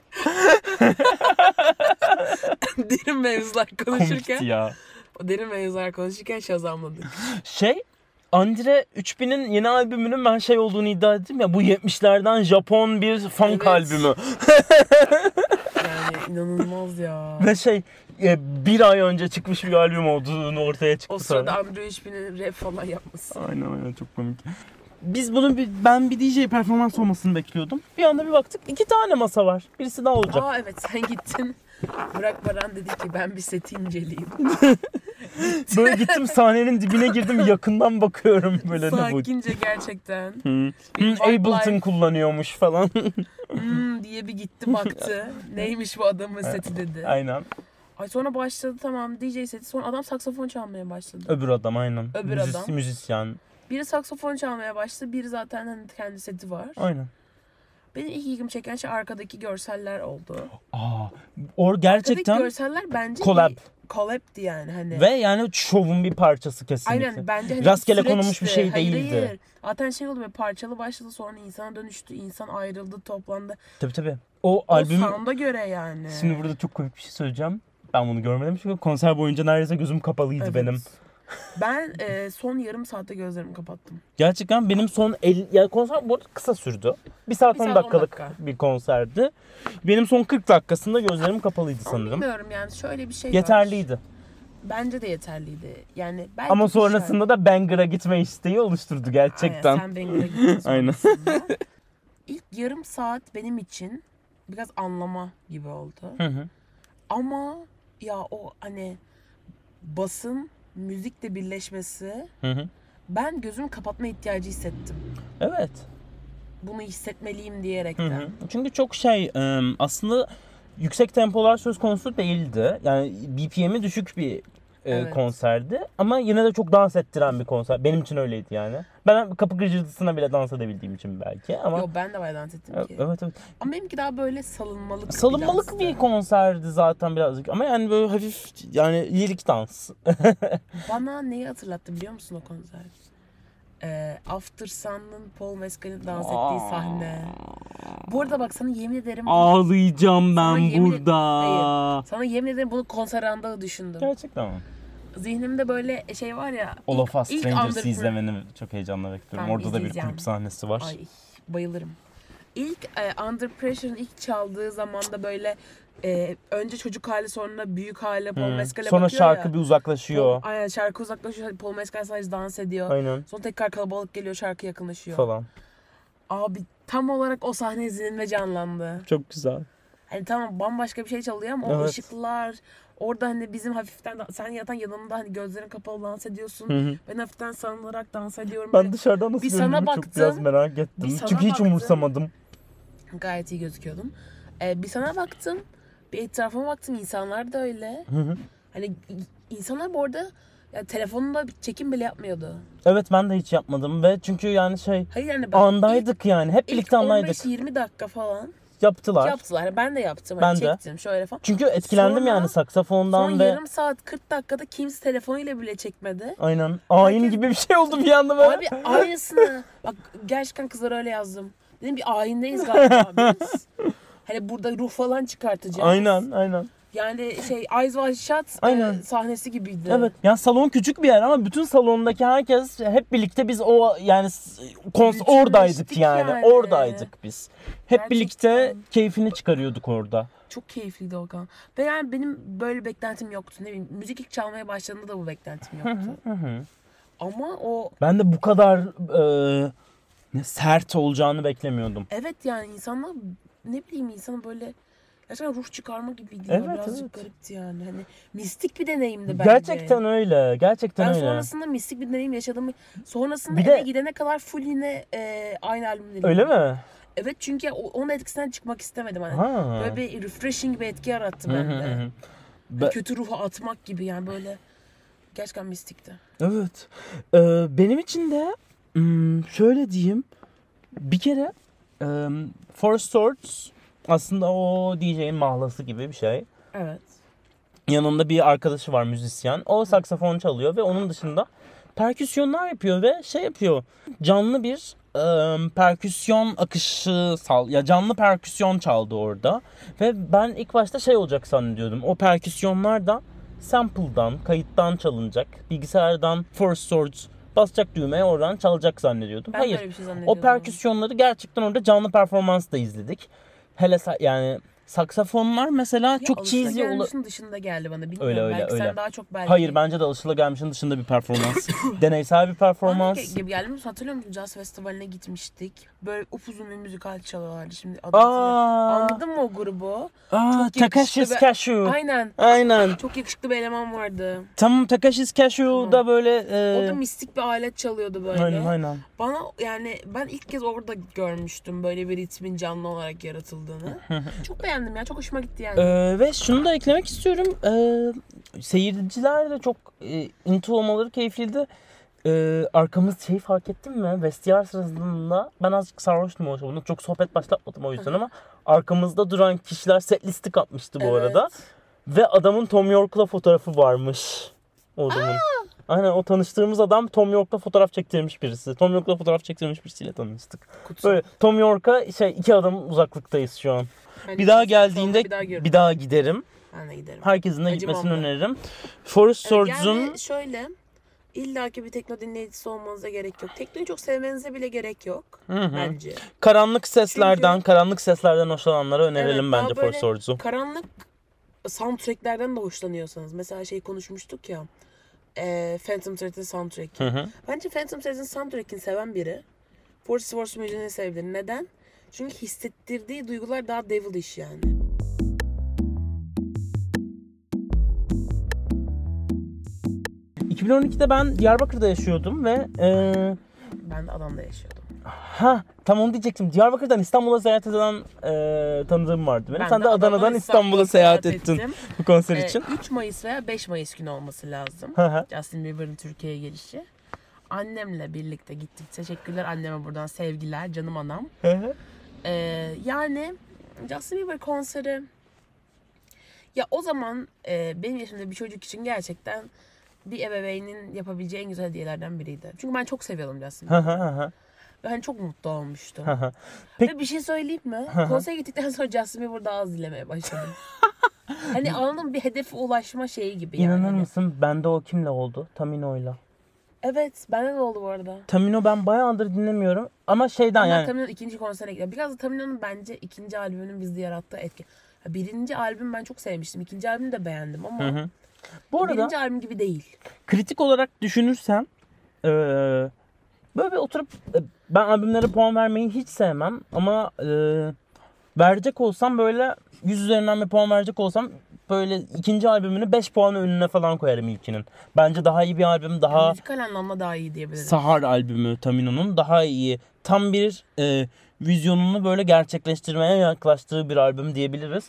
[SPEAKER 2] Derin mevzular konuşurken.
[SPEAKER 1] Komikti ya.
[SPEAKER 2] O derin mevzular konuşurken Shazamladık.
[SPEAKER 1] Andre 3000'in yeni albümünün ben şey olduğunu iddia ettim ya, bu 70'lerden Japon bir funk
[SPEAKER 2] Evet.
[SPEAKER 1] albümü.
[SPEAKER 2] Yani inanılmaz ya.
[SPEAKER 1] Ve bir ay önce çıkmış bir albüm olduğunu ortaya çıktı
[SPEAKER 2] O sırada
[SPEAKER 1] sonra.
[SPEAKER 2] Andre 3000'in rap falan yapması.
[SPEAKER 1] Aynen çok komik. Biz bunun ben bir DJ performans olmasını bekliyordum. Bir anda bir baktık 2 tane masa var. Birisi daha olacak.
[SPEAKER 2] Evet sen gittin. Burak Baran dedi ki ben bir seti inceleyeyim.
[SPEAKER 1] Böyle gittim sahnenin dibine girdim, yakından bakıyorum böyle ne bu.
[SPEAKER 2] Sakince gerçekten.
[SPEAKER 1] Ableton kullanıyormuş falan.
[SPEAKER 2] Diye bir gitti baktı. Neymiş bu adamın seti dedi.
[SPEAKER 1] Aynen.
[SPEAKER 2] Ay sonra başladı tamam DJ seti. Sonra adam saksafon çalmaya başladı.
[SPEAKER 1] Öbür adam aynen.
[SPEAKER 2] Öbür adam.
[SPEAKER 1] Müzisyen.
[SPEAKER 2] Biri saksafon çalmaya başladı. Biri zaten hani kendi seti var.
[SPEAKER 1] Aynen.
[SPEAKER 2] Benim ilk ilgimi çeken şey arkadaki görseller oldu.
[SPEAKER 1] Gerçekten
[SPEAKER 2] Arkadaki görseller bence
[SPEAKER 1] collab.
[SPEAKER 2] collab'di yani hani.
[SPEAKER 1] Ve yani şovun bir parçası kesinlikle.
[SPEAKER 2] Aynen bence hani
[SPEAKER 1] rastgele
[SPEAKER 2] süreçti.
[SPEAKER 1] konulmuş bir şey değildi.
[SPEAKER 2] Hayır. Zaten şey oldu böyle parçalı başladı sonra insana dönüştü. İnsan ayrıldı, toplandı.
[SPEAKER 1] Tabii. O
[SPEAKER 2] O
[SPEAKER 1] albüm.
[SPEAKER 2] sound'a göre yani.
[SPEAKER 1] Şimdi burada çok komik bir şey söyleyeceğim. Ben bunu görmedim çünkü konser boyunca neredeyse gözüm kapalıydı
[SPEAKER 2] Evet.
[SPEAKER 1] benim.
[SPEAKER 2] Ben son yarım saatte gözlerimi kapattım.
[SPEAKER 1] Gerçekten benim son yani konser bu arada kısa sürdü. 1 saat 10
[SPEAKER 2] saat 10
[SPEAKER 1] dakikalık
[SPEAKER 2] dakika.
[SPEAKER 1] bir konserdi. Benim son 40 dakikasında gözlerim kapalıydı
[SPEAKER 2] Ama
[SPEAKER 1] sanırım.
[SPEAKER 2] bilmiyorum yani şöyle bir şey var.
[SPEAKER 1] Yeterliydi.
[SPEAKER 2] Bence de yeterliydi. Yani belki
[SPEAKER 1] Ama
[SPEAKER 2] bir
[SPEAKER 1] sonrasında da Bangır'a gitme isteği oluşturdu gerçekten.
[SPEAKER 2] Aynen, sen Bangır'a gittin
[SPEAKER 1] Aynen.
[SPEAKER 2] sonrasında. İlk yarım saat benim için biraz anlama gibi oldu.
[SPEAKER 1] Hı.
[SPEAKER 2] Ama ya o hani basın müzikle birleşmesi
[SPEAKER 1] Hı.
[SPEAKER 2] ben gözümü kapatma ihtiyacı hissettim.
[SPEAKER 1] Evet.
[SPEAKER 2] Bunu hissetmeliyim diyerekten.
[SPEAKER 1] Çünkü çok aslında yüksek tempolar söz konusu değildi. Yani BPM'i düşük bir
[SPEAKER 2] Evet.
[SPEAKER 1] konserdi. Ama yine de çok dans ettiren bir konser. Benim için öyleydi yani. Ben kapı gıcırtısına bile dans edebildiğim için belki ama.
[SPEAKER 2] Yo ben de bayağı dans ettim ki.
[SPEAKER 1] Evet.
[SPEAKER 2] Ama benimki daha böyle salınmalık
[SPEAKER 1] Salınmalık bir konserdi zaten birazcık. Ama yani böyle hafif yani lirik dans.
[SPEAKER 2] Bana neyi hatırlattı biliyor musun o konser? After Sun'ın Paul Mescal'in dans ettiği sahne. Bu arada bak sana yemin ederim.
[SPEAKER 1] Ağlayacağım
[SPEAKER 2] Sana
[SPEAKER 1] ben
[SPEAKER 2] yemin-
[SPEAKER 1] burada.
[SPEAKER 2] Hayır. Sana yemin ederim bunu konser anda düşündüm.
[SPEAKER 1] Gerçekten mi?
[SPEAKER 2] Zihnimde böyle şey var ya.
[SPEAKER 1] All of Us
[SPEAKER 2] ilk
[SPEAKER 1] Strangers'ı
[SPEAKER 2] Under-
[SPEAKER 1] izlemeni çok heyecanla bekliyorum.
[SPEAKER 2] Tamam,
[SPEAKER 1] Orada da bir
[SPEAKER 2] izleyeceğim.
[SPEAKER 1] kulüp sahnesi var.
[SPEAKER 2] Ay bayılırım. İlk Under Pressure'ın ilk çaldığı zaman da böyle önce çocuk hali sonra büyük hali Paul Mescal'e
[SPEAKER 1] Sonra
[SPEAKER 2] bakıyor
[SPEAKER 1] şarkı
[SPEAKER 2] ya.
[SPEAKER 1] bir uzaklaşıyor.
[SPEAKER 2] Aynen şarkı uzaklaşıyor. Paul Mescal sadece dans ediyor.
[SPEAKER 1] Aynen.
[SPEAKER 2] Sonra tekrar kalabalık geliyor şarkı yakınlaşıyor.
[SPEAKER 1] Falan.
[SPEAKER 2] Abi tam olarak o sahne zihnimde canlandı.
[SPEAKER 1] Çok güzel.
[SPEAKER 2] Hani tamam bambaşka bir şey çalıyor ama o
[SPEAKER 1] Evet.
[SPEAKER 2] ışıklar orada hani bizim hafiften sen yatan yanımda hani gözlerin kapalı dans ediyorsun.
[SPEAKER 1] Hı.
[SPEAKER 2] Ben hafiften sarılarak dans ediyorum.
[SPEAKER 1] Ben
[SPEAKER 2] Böyle
[SPEAKER 1] dışarıdan nasıl
[SPEAKER 2] bir sana
[SPEAKER 1] göründüğümü çok
[SPEAKER 2] baktım,
[SPEAKER 1] biraz merak
[SPEAKER 2] bir
[SPEAKER 1] ettim.
[SPEAKER 2] sana
[SPEAKER 1] Çünkü hiç
[SPEAKER 2] baktım.
[SPEAKER 1] umursamadım.
[SPEAKER 2] Gayet iyi gözüküyordum. Bir sana baktım. Bir etrafıma baktım. İnsanlar da öyle.
[SPEAKER 1] Hı.
[SPEAKER 2] Hani insanlar bu arada Ya telefonunda bir çekim bile yapmıyordu.
[SPEAKER 1] Evet, ben de hiç yapmadım ve çünkü yani
[SPEAKER 2] Hayır yani ben
[SPEAKER 1] andaydık yani. Hep birlikte andaydık.
[SPEAKER 2] 15-20 dakika falan
[SPEAKER 1] Yaptılar.
[SPEAKER 2] Ben de yaptım.
[SPEAKER 1] Ben
[SPEAKER 2] Hani
[SPEAKER 1] de.
[SPEAKER 2] çektim şöyle falan.
[SPEAKER 1] Çünkü etkilendim
[SPEAKER 2] Sonra-
[SPEAKER 1] yani saksafondan
[SPEAKER 2] Son
[SPEAKER 1] ve
[SPEAKER 2] yarım saat 40 dakikada kimse telefonuyla bile çekmedi.
[SPEAKER 1] aynen. Ayin
[SPEAKER 2] Herkes-
[SPEAKER 1] gibi bir şey oldu bir anda böyle.
[SPEAKER 2] Abi aynısını. Bak gerçekten kızlara öyle yazdım. Dedim bir ayindeyiz galiba biz. Hani burada ruh falan çıkartacağız.
[SPEAKER 1] Aynen.
[SPEAKER 2] Yani Eyes Wide Shut
[SPEAKER 1] Aynen.
[SPEAKER 2] sahnesi gibiydi.
[SPEAKER 1] Evet. Yani salon küçük bir yer ama bütün salondaki herkes hep birlikte biz o yani oradaydık
[SPEAKER 2] Bütünleştik
[SPEAKER 1] yani.
[SPEAKER 2] yani.
[SPEAKER 1] Oradaydık biz. Hep
[SPEAKER 2] Gerçekten.
[SPEAKER 1] birlikte keyfini çıkarıyorduk orada.
[SPEAKER 2] Çok keyifliydi Okan. Ve yani benim böyle bir beklentim yoktu. Ne bileyim müzik ilk çalmaya başladığında da bu beklentim yoktu. Ama o
[SPEAKER 1] Ben de bu kadar sert olacağını beklemiyordum.
[SPEAKER 2] evet yani insanlar ne bileyim insanın böyle gerçekten ruh çıkarma gibiydi.
[SPEAKER 1] Evet,
[SPEAKER 2] Birazcık
[SPEAKER 1] evet.
[SPEAKER 2] garipti yani. Hani mistik bir deneyimdi bence.
[SPEAKER 1] Gerçekten öyle. Gerçekten
[SPEAKER 2] Ben
[SPEAKER 1] öyle.
[SPEAKER 2] sonrasında mistik bir deneyim yaşadım. Sonrasında
[SPEAKER 1] Bir
[SPEAKER 2] eve
[SPEAKER 1] de-
[SPEAKER 2] gidene kadar full yine aynı albümü dinledim.
[SPEAKER 1] Öyle mi?
[SPEAKER 2] Evet çünkü onun etkisinden çıkmak istemedim. Hani
[SPEAKER 1] Ha.
[SPEAKER 2] böyle bir refreshing bir etki yarattı bende. Kötü ruhu atmak gibi yani böyle gerçekten mistikti.
[SPEAKER 1] Evet. Benim için de şöyle diyeyim. Bir kere Forest Swords aslında o DJ'in mahlası gibi bir şey.
[SPEAKER 2] Evet.
[SPEAKER 1] Yanında bir arkadaşı var, müzisyen. O saksafon çalıyor ve onun dışında perküsyonlar yapıyor ve şey yapıyor. Canlı bir perküsyon akışı canlı perküsyon çaldı orada. Ve ben ilk başta şey olacak zannediyordum. O perküsyonlar da sample'dan, kayıttan çalınacak. Bilgisayardan Forest Swords basacak düğmeye oradan çalacak zannediyordum.
[SPEAKER 2] Ben
[SPEAKER 1] Hayır.
[SPEAKER 2] böyle bir şey
[SPEAKER 1] O
[SPEAKER 2] zannediyordum.
[SPEAKER 1] perküsyonları gerçekten orada canlı performansla izledik. Hele yani saksafonlar mesela çok cheesy olur.
[SPEAKER 2] Alışılagelmişin dışında geldi bana. Bilmiyorum.
[SPEAKER 1] Öyle,
[SPEAKER 2] belki
[SPEAKER 1] öyle.
[SPEAKER 2] sen daha çok belki.
[SPEAKER 1] Hayır, bence de alışılagelmişin dışında bir performans. Deneysel bir performans.
[SPEAKER 2] Gibi geldi mi? Hatırlıyor musun? Jazz Festivali'ne gitmiştik. Böyle upuzun bir müzikal çalıyorlardı. Şimdi adını hatırlamıyorum. Anladın mı o grubu? Çok
[SPEAKER 1] Takashi's
[SPEAKER 2] yakışıklı
[SPEAKER 1] Cashew.
[SPEAKER 2] Aynen.
[SPEAKER 1] Aynen.
[SPEAKER 2] Çok yakışıklı bir eleman vardı.
[SPEAKER 1] Tamam, Takashi's Cashew'da
[SPEAKER 2] Tamam.
[SPEAKER 1] böyle...
[SPEAKER 2] O da mistik bir alet çalıyordu böyle.
[SPEAKER 1] Aynen.
[SPEAKER 2] Bana yani ben ilk kez orada görmüştüm böyle bir ritmin canlı olarak yaratıldığını. Çok beğendim ya. Çok hoşuma gitti yani.
[SPEAKER 1] Ve şunu da eklemek istiyorum. Seyirciler de çok into olmaları keyifliydi. Arkamız fark ettin mi? Vestiyer sırasında ben azıcık sarhoştum o şovunda. Çok sohbet başlatmadım o yüzden ama arkamızda duran kişiler set listi kapmıştı bu arada. Ve adamın Tom York'la fotoğrafı varmış. O adamın. Aynen, o tanıştığımız adam Tom York'la fotoğraf çektirmiş birisi. Tom York'la fotoğraf çektirmiş birisiyle tanıştık.
[SPEAKER 2] Kutsal.
[SPEAKER 1] Böyle Tom York'a 2 adım uzaklıktayız şu an.
[SPEAKER 2] Ben
[SPEAKER 1] Bir daha
[SPEAKER 2] ilk
[SPEAKER 1] geldiğinde
[SPEAKER 2] bir daha
[SPEAKER 1] giderim.
[SPEAKER 2] Ben de giderim.
[SPEAKER 1] Herkesin de
[SPEAKER 2] Acımam
[SPEAKER 1] gitmesini
[SPEAKER 2] da.
[SPEAKER 1] öneririm. Forest Swords'un
[SPEAKER 2] Yani şöyle illaki bir tekno dinleyicisi olmanıza gerek yok. Teknoyu çok sevmenize bile gerek yok bence.
[SPEAKER 1] karanlık seslerden hoşlananlara önerelim
[SPEAKER 2] Evet,
[SPEAKER 1] bence
[SPEAKER 2] daha böyle
[SPEAKER 1] Forest Swords'u.
[SPEAKER 2] Karanlık soundtracklerden de hoşlanıyorsanız. Mesela konuşmuştuk ya. Phantom Thread'in soundtrack'i. Bence Phantom Thread'in soundtrack'ini seven biri Forest Swords müziğini sevebilir. Neden? Çünkü hissettirdiği duygular daha devilish yani.
[SPEAKER 1] Hı. 2012'de ben Diyarbakır'da yaşıyordum ve
[SPEAKER 2] Ben de Adana'da yaşıyordum.
[SPEAKER 1] tam onu diyecektim. Diyarbakır'dan İstanbul'a seyahat eden tanıdığım vardı benim.
[SPEAKER 2] Ben
[SPEAKER 1] Sen
[SPEAKER 2] de
[SPEAKER 1] de Adana'dan İstanbul'a seyahat ettin
[SPEAKER 2] ettim.
[SPEAKER 1] bu konser için.
[SPEAKER 2] 3 Mayıs veya 5 Mayıs günü olması lazım.
[SPEAKER 1] Hı.
[SPEAKER 2] Justin Bieber'ın Türkiye'ye gelişi. Annemle birlikte gittik. Teşekkürler anneme buradan sevgiler. Canım anam. Yani Justin Bieber konseri ya o zaman benim yaşımda bir çocuk için gerçekten bir ebeveynin yapabileceği en güzel hediyelerden biriydi. Çünkü ben çok seviyordum Justin Bieber'ı. Ve hani çok mutlu olmuştum.
[SPEAKER 1] Peki-
[SPEAKER 2] Ve bir şey söyleyeyim mi? Konsere gittikten sonra Justin Bieber daha az dilemeye başladım. Hani anladın, bir hedefe ulaşma şeyi gibi yani.
[SPEAKER 1] İnanır mısın? Bende o kimle oldu? Tamino'yla.
[SPEAKER 2] Evet, bende de oldu bu arada.
[SPEAKER 1] Tamino ben bayağıdır dinlemiyorum ama şeyden
[SPEAKER 2] Ama
[SPEAKER 1] yani.
[SPEAKER 2] Tamino'nun ikinci konserine gidiyor. Biraz da Tamino'nun bence ikinci albümünün bizde yarattığı etki. Birinci albüm ben çok sevmiştim. İkinci albümü de beğendim ama
[SPEAKER 1] Bu arada
[SPEAKER 2] birinci albüm gibi değil.
[SPEAKER 1] kritik olarak düşünürsen böyle bir oturup ben albümlere puan vermeyi hiç sevmem ama verecek olsam böyle 100 üzerinden bir puan verecek olsam böyle ikinci albümünü 5 puan önüne falan koyarım ilkinin. Bence daha iyi bir albüm, daha
[SPEAKER 2] Müzikal anlamda daha iyi diyebilirim.
[SPEAKER 1] Sahar albümü Tamino'nun daha iyi. Tam bir vizyonunu böyle gerçekleştirmeye yaklaştığı bir albüm diyebiliriz.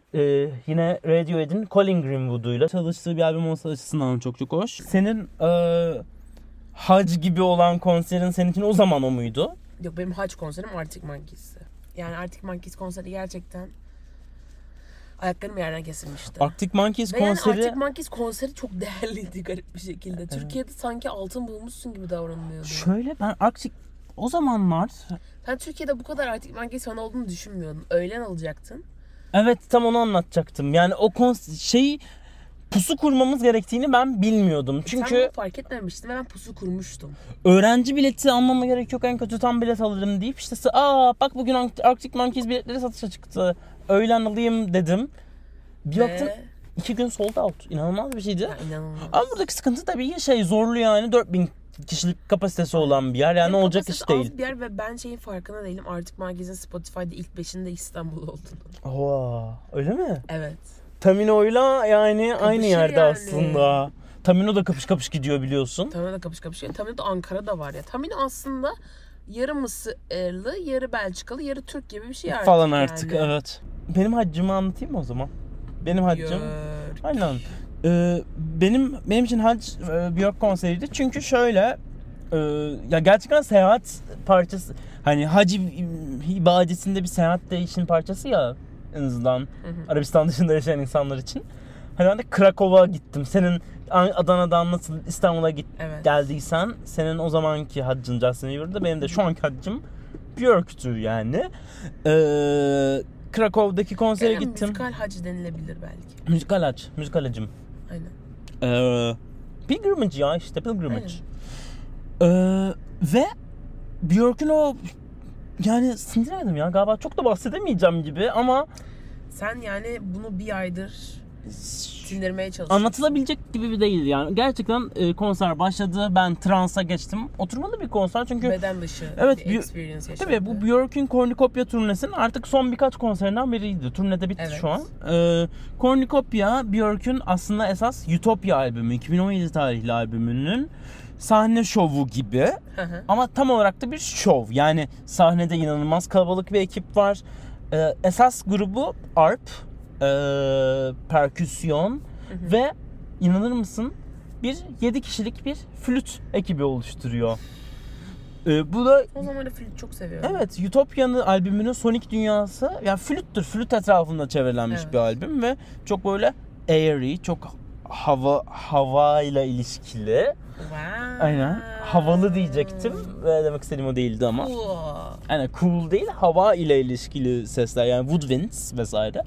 [SPEAKER 1] Yine Radiohead'in Colin Greenwood'uyla çalıştığı bir albüm olması açısından çok çok hoş. Senin Hac gibi olan konserin senin için o zaman o muydu?
[SPEAKER 2] Yok, benim Hac konserim Arctic Monkeys'ti. Yani Arctic Monkeys konseri gerçekten ayaklarım yerden kesilmişti.
[SPEAKER 1] Arctic Monkeys
[SPEAKER 2] Ve
[SPEAKER 1] konseri...
[SPEAKER 2] yani Arctic Monkeys konseri çok değerliydi garip bir şekilde. Evet. Türkiye'de sanki altın bulmuşsun gibi davranılıyordu.
[SPEAKER 1] Şöyle ben Arctic o zamanlar...
[SPEAKER 2] Sen Türkiye'de bu kadar Arctic Monkeys fan olduğunu düşünmüyordun. Öğlen alacaktın.
[SPEAKER 1] Evet, tam onu anlatacaktım. Yani o pusu kurmamız gerektiğini ben bilmiyordum. Çünkü
[SPEAKER 2] sen bunu fark etmemiştin ve ben pusu kurmuştum.
[SPEAKER 1] Öğrenci bileti almama gerek yok, en kötü tam bilet alırım deyip işte bak bugün Arctic Monkeys biletleri satışa çıktı. Öğlen alayım dedim. Bir baktım 2 gün sold out. İnanılmaz bir şeydi.
[SPEAKER 2] Ya, inanılmaz.
[SPEAKER 1] Ama buradaki sıkıntı tabii zorlu yani 4000 kişilik kapasitesi olan bir yer. Yani olacak iş değil.
[SPEAKER 2] Az bir yer ve ben şeyin farkında değilim. Arctic Monkeys'in Spotify'da ilk 5'inde İstanbul olduğunu.
[SPEAKER 1] Oha, öyle mi?
[SPEAKER 2] Evet.
[SPEAKER 1] Tamino'yla yani
[SPEAKER 2] kapışır
[SPEAKER 1] aynı yerde
[SPEAKER 2] yani.
[SPEAKER 1] aslında. Tamino da kapış kapış gidiyor biliyorsun.
[SPEAKER 2] Tamino da kapış kapış. Tamino da Ankara'da var ya. Tamino aslında yarı Mısırlı, yarı Belçikalı, yarı Türk gibi bir şey artık.
[SPEAKER 1] Falan artık
[SPEAKER 2] yani.
[SPEAKER 1] Evet. Benim haccımı anlatayım mı o zaman? Benim haccım. Aynen. Benim için hac Björk konseriydi. Çünkü şöyle ya gerçekten seyahat parçası, hani hac ibadetinde bir seyahat de işin parçası ya, en azından Arabistan dışında yaşayan insanlar için. Hani ben de Krakow'a gittim. Senin Adana'dan nasıl İstanbul'a geldiysen senin o zamanki haccın Justin Bieber'da, benim de şu anki haccım Björk'tü yani. Krakow'daki konsere gittim.
[SPEAKER 2] Müzikal hac denilebilir belki.
[SPEAKER 1] Müzikal hacım.
[SPEAKER 2] Aynen.
[SPEAKER 1] Pilgrimage ya, işte pilgrimage. Ve Björk'ün o, yani sindiremedim ya, galiba çok da bahsedemeyeceğim gibi ama
[SPEAKER 2] sen yani bunu bir aydır sindirmeye çalışıyorsun.
[SPEAKER 1] Anlatılabilecek gibi bir değil yani. Gerçekten konser başladı, ben transa geçtim. Oturmalı bir konser çünkü
[SPEAKER 2] beden dışı
[SPEAKER 1] evet,
[SPEAKER 2] bir experience yaşandı.
[SPEAKER 1] Tabii bu Björk'ün Cornucopia turnesinin artık son birkaç konserinden biriydi. Turnede bitti şu an. Cornucopia Björk'ün aslında esas Utopia albümü, 2017 tarihli albümünün sahne şovu gibi. Ama tam olarak da bir şov. Yani sahnede inanılmaz kalabalık bir ekip var. Esas grubu arp, perküsyon ve inanır mısın 7 kişilik bir flüt ekibi oluşturuyor. Bu da
[SPEAKER 2] o zaman da flüt çok seviyorum.
[SPEAKER 1] Evet, Utopia'nın albümünün Sonic dünyası yani flüttür. Flüt etrafında çevrelenmiş bir albüm ve çok böyle airy, çok hava ile ilişkili.
[SPEAKER 2] Wow.
[SPEAKER 1] Aynen. Havalı diyecektim ve demek istediğim o değildi ama.
[SPEAKER 2] Cool.
[SPEAKER 1] Yani cool değil, hava ile ilişkili sesler yani woodwinds vesaire.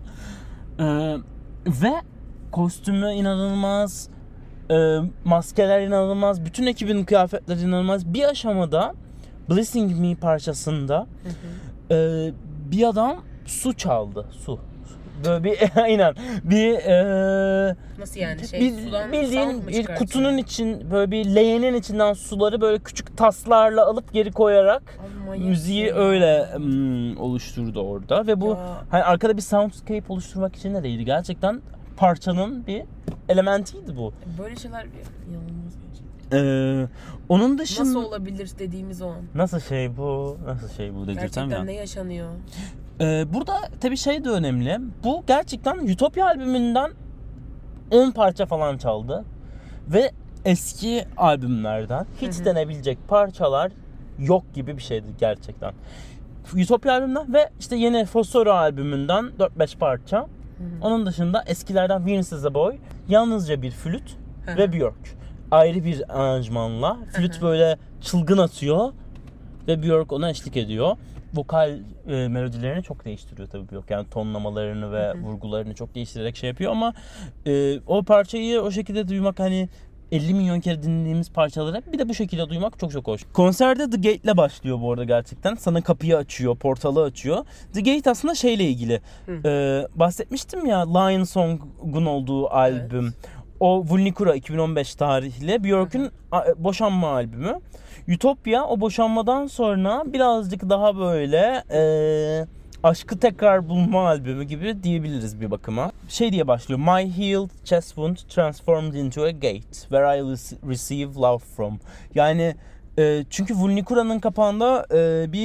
[SPEAKER 1] Ve kostümü inanılmaz, maskeler inanılmaz, bütün ekibin kıyafetleri inanılmaz. Bir aşamada Blessing Me parçasında bir adam su çaldı, su. Böyle bir aynen bir
[SPEAKER 2] nasıl yani
[SPEAKER 1] bildiğin bir kutunun için, böyle bir leğenin içinden suları böyle küçük taslarla alıp geri koyarak müziği öyle oluşturdu orada ve bu hani arkada bir soundscape oluşturmak için de değildi, gerçekten parçanın bir elementiydi bu.
[SPEAKER 2] Böyle şeyler inanılmaz gerçekten.
[SPEAKER 1] Onun dışında
[SPEAKER 2] nasıl olabilir dediğimiz o an.
[SPEAKER 1] Nasıl şey bu dedirtem
[SPEAKER 2] gerçekten
[SPEAKER 1] ya.
[SPEAKER 2] ne yaşanıyor?
[SPEAKER 1] Burada tabii şey de önemli. Bu gerçekten Utopia albümünden 10 parça falan çaldı. Ve eski albümlerden hiç denebilecek parçalar yok gibi bir şeydi gerçekten. Utopia albümünden ve işte yeni Fosforo albümünden 4-5 parça. Onun dışında eskilerden Venus is a Boy, yalnızca bir flüt ve Björk. Ayrı bir aranjmanla. Flüt böyle çılgın atıyor ve Björk ona eşlik ediyor. Vokal melodilerini çok değiştiriyor tabii Björk. Yani tonlamalarını ve vurgularını çok değiştirerek şey yapıyor ama o parçayı o şekilde duymak, hani 50 milyon kere dinlediğimiz parçaları bir de bu şekilde duymak çok çok hoş. Konserde The Gate'le başlıyor bu arada gerçekten. Sana kapıyı açıyor, portalı açıyor. The Gate aslında şeyle ilgili. Bahsetmiştim ya, Lion Song'un olduğu albüm. Evet. O Vulnikura 2015 tarihli Björk'ün boşanma albümü. Utopia o boşanmadan sonra birazcık daha böyle aşkı tekrar bulma albümü gibi diyebiliriz bir bakıma. Şey diye başlıyor. My healed chest wound transformed into a gate where I receive love from. Yani çünkü Vulnikura'nın kapağında bir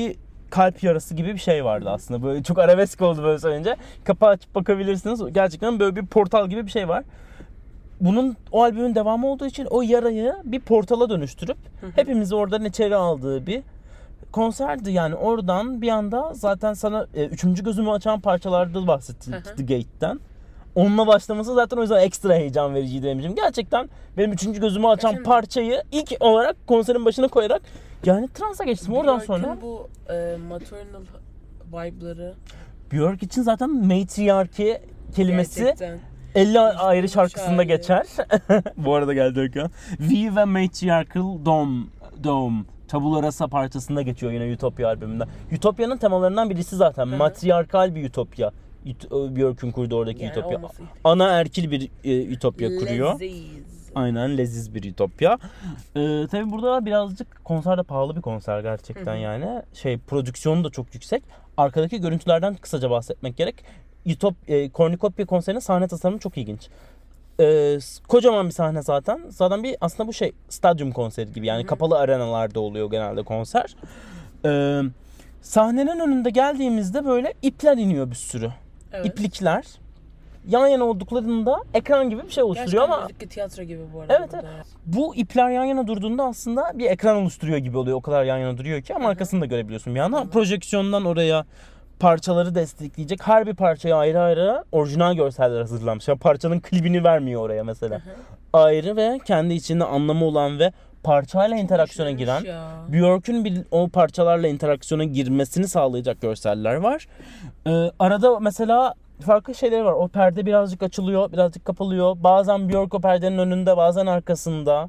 [SPEAKER 1] kalp yarası gibi bir şey vardı aslında. Böyle çok arabesk oldu böyle söyleyince. Kapağı açıp bakabilirsiniz. Gerçekten böyle bir portal gibi bir şey var. O albümün devamı olduğu için o yarayı bir portala dönüştürüp hepimizi oradan içeri aldığı bir konserdi. Yani oradan bir anda zaten sana üçüncü gözümü açan parçalarda bahsettik The Gate'den. Onunla başlaması zaten o yüzden ekstra heyecan vericiydi benim için. Gerçekten benim üçüncü gözümü açan parçayı ilk olarak konserin başına koyarak yani transa geçtim. Oradan sonra
[SPEAKER 2] bu maternal vibe'ları
[SPEAKER 1] Björk için zaten matriarchy kelimesi
[SPEAKER 2] gerçekten
[SPEAKER 1] 50 ayrı şarkısında
[SPEAKER 2] şairi.
[SPEAKER 1] geçer. Bu arada geldi Öykü. V ve Matriarchal Dome Tabula Rasa parçasında geçiyor yine Utopia albümünde. Utopia'nın temalarından birisi zaten. Matriarkal bir Utopia. Björk'ün kurduğu oradaki
[SPEAKER 2] yani
[SPEAKER 1] Utopia.
[SPEAKER 2] olması.
[SPEAKER 1] Ana erkil bir Utopia kuruyor.
[SPEAKER 2] Leziz.
[SPEAKER 1] Aynen leziz bir Utopia. Tabii burada birazcık konser de pahalı bir konser gerçekten yani. Prodüksiyonu da çok yüksek. Arkadaki görüntülerden kısaca bahsetmek gerek. Cornucopia konserinin sahne tasarımı çok ilginç. Kocaman bir sahne zaten. Zaten aslında bu stadyum konseri gibi yani kapalı arenalarda oluyor genelde konser. Sahnenin önünde geldiğimizde böyle ipler iniyor bir sürü.
[SPEAKER 2] Evet.
[SPEAKER 1] İplikler. Yan yana olduklarında ekran gibi bir şey oluşturuyor ama
[SPEAKER 2] müzikli tiyatro gibi bu arada.
[SPEAKER 1] Evet. Bu ipler yan yana durduğunda aslında bir ekran oluşturuyor gibi oluyor. O kadar yan yana duruyor ki ama arkasını da görebiliyorsun bir yandan. Projeksiyondan oraya parçaları destekleyecek her bir parçaya ayrı ayrı orijinal görseller hazırlanmış. Yani parçanın klibini vermiyor oraya mesela. Ayrı ve kendi içinde anlamı olan ve parçayla interaksiyona giren, Björk'ün o parçalarla interaksiyona girmesini sağlayacak görseller var. Arada mesela farklı şeyleri var. O perde birazcık açılıyor, birazcık kapalıyor. Bazen Björk o perdenin önünde, bazen arkasında.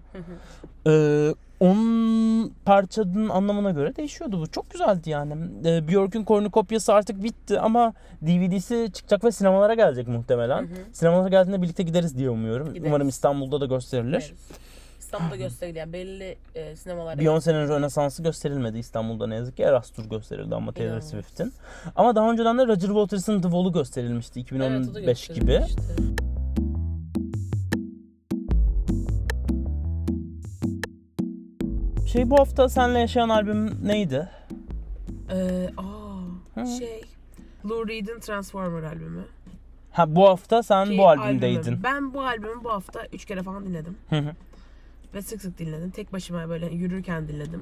[SPEAKER 1] Onun parçanın anlamına göre değişiyordu bu. Çok güzeldi yani. Björk'ün Cornucopia'sı artık bitti ama DVD'si çıkacak ve sinemalara gelecek muhtemelen. Sinemalara geldiğinde birlikte gideriz diye umuyorum.
[SPEAKER 2] Gideriz.
[SPEAKER 1] Umarım İstanbul'da da gösterilir.
[SPEAKER 2] Gideriz. İstanbul'da gösteriliyor. Yani belli sinemalarda.
[SPEAKER 1] Beyoncé'nin Rönesans'ı gösterilmedi İstanbul'da ne yazık ki. Eras Tour gösterildi ama Taylor Swift'in. Ama daha önceden de Roger Waters'ın The Wall'u gösterilmişti 2015 gibi. Bu hafta seninle yaşayan albüm neydi?
[SPEAKER 2] Lou Reed'in Transformer albümü.
[SPEAKER 1] Bu hafta sen bu albümdeydin.
[SPEAKER 2] Ben bu albümü bu hafta 3 kere falan dinledim. Ve sık sık dinledim. Tek başıma böyle yürürken dinledim.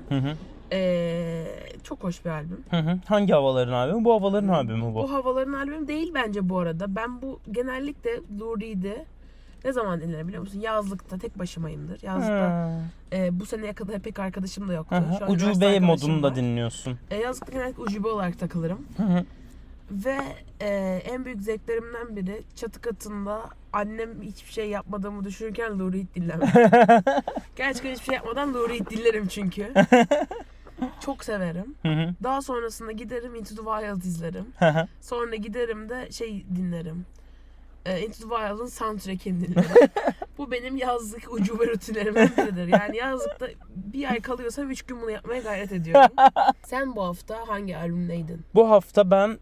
[SPEAKER 2] Çok hoş bir albüm.
[SPEAKER 1] Hangi havaların albümü? Bu havaların albümü bu.
[SPEAKER 2] Bu havaların albümü değil bence bu arada. Ben bu genellikle Lou Reed'i ne zaman dinlerim biliyor musun? Yazlıkta tek başımayımdır. Yazlıkta bu seneye kadar pek arkadaşım da yoktu. Şu an
[SPEAKER 1] ucube modunda dinliyorsun.
[SPEAKER 2] Yazlıkta genellikle ucube olarak takılırım. Ve en büyük zevklerimden biri çatı katında annem hiçbir şey yapmadığımı düşünürken Lou Reed dinlemek. Gerçekten hiçbir şey yapmadan Lou Reed dinlerim çünkü. Çok severim. Daha sonrasında giderim Into the Wild izlerim. Sonra giderim de dinlerim. Into the Wild'ın soundtrack'ini dinlerim. Bu benim yazlık ucube rutinlerimden biridir. Yani yazlıkta bir ay kalıyorsam 3 gün bunu yapmaya gayret ediyorum. Sen bu hafta hangi albümdeydin?
[SPEAKER 1] Bu hafta ben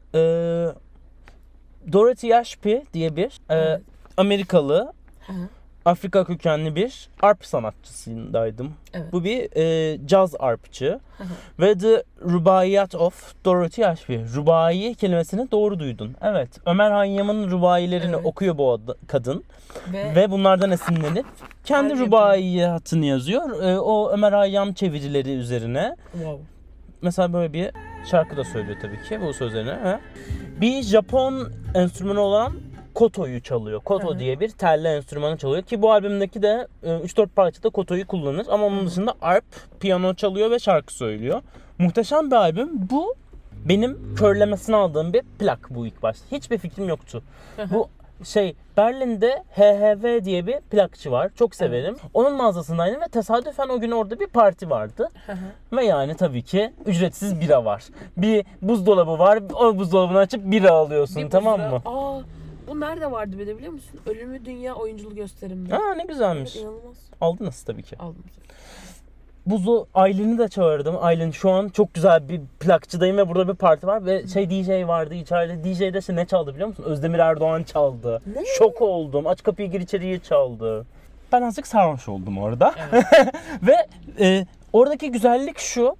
[SPEAKER 1] Dorothy Ashby diye bir Amerikalı Afrika kökenli bir arp sanatçısındaydım. Evet. Bu bir caz arpçı. Ve The Rubaiyat of Dorothy Ashby. Rubai kelimesini doğru duydun. Evet. Ömer Hayyam'ın rubailerini okuyor bu kadın. Ve bunlardan esinlenip kendi rubaiyatını yazıyor. O Ömer Hayyam çevirileri üzerine.
[SPEAKER 2] Wow.
[SPEAKER 1] Mesela böyle bir şarkı da söylüyor tabii ki bu sözlerine. Bir Japon enstrümanı olan kotoyu çalıyor. Koto diye bir telli enstrümanı çalıyor ki bu albümdeki de 3-4 parçada kotoyu kullanır ama onun dışında arp, piyano çalıyor ve şarkı söylüyor. Muhteşem bir albüm. Bu benim körlemesini aldığım bir plak bu ilk başta. Hiçbir fikrim yoktu. Bu Berlin'de HHV diye bir plakçı var. Çok severim. Onun mağazasındaydım ve tesadüfen o gün orada bir parti vardı. Ve yani tabii ki ücretsiz bira var. Bir buzdolabı var. O buzdolabını açıp bira alıyorsun, tamam mı?
[SPEAKER 2] Bu nerede vardı biliyor musun? Ölümü Dünya oyunculu gösterimde.
[SPEAKER 1] Ne güzelmiş.
[SPEAKER 2] Evet, inanılmaz.
[SPEAKER 1] Aldınız tabii ki.
[SPEAKER 2] Aldım.
[SPEAKER 1] Aylin'i de çağırdım. Aylin şu an çok güzel bir plakçıdayım ve burada bir parti var ve DJ vardı içeride. DJ'de ne çaldı biliyor musun? Özdemir Erdoğan çaldı.
[SPEAKER 2] Ne?
[SPEAKER 1] Şok oldum. Aç kapıyı gir içeriye çaldı. Ben azıcık sarhoş oldum orada. Evet. Ve oradaki güzellik şu.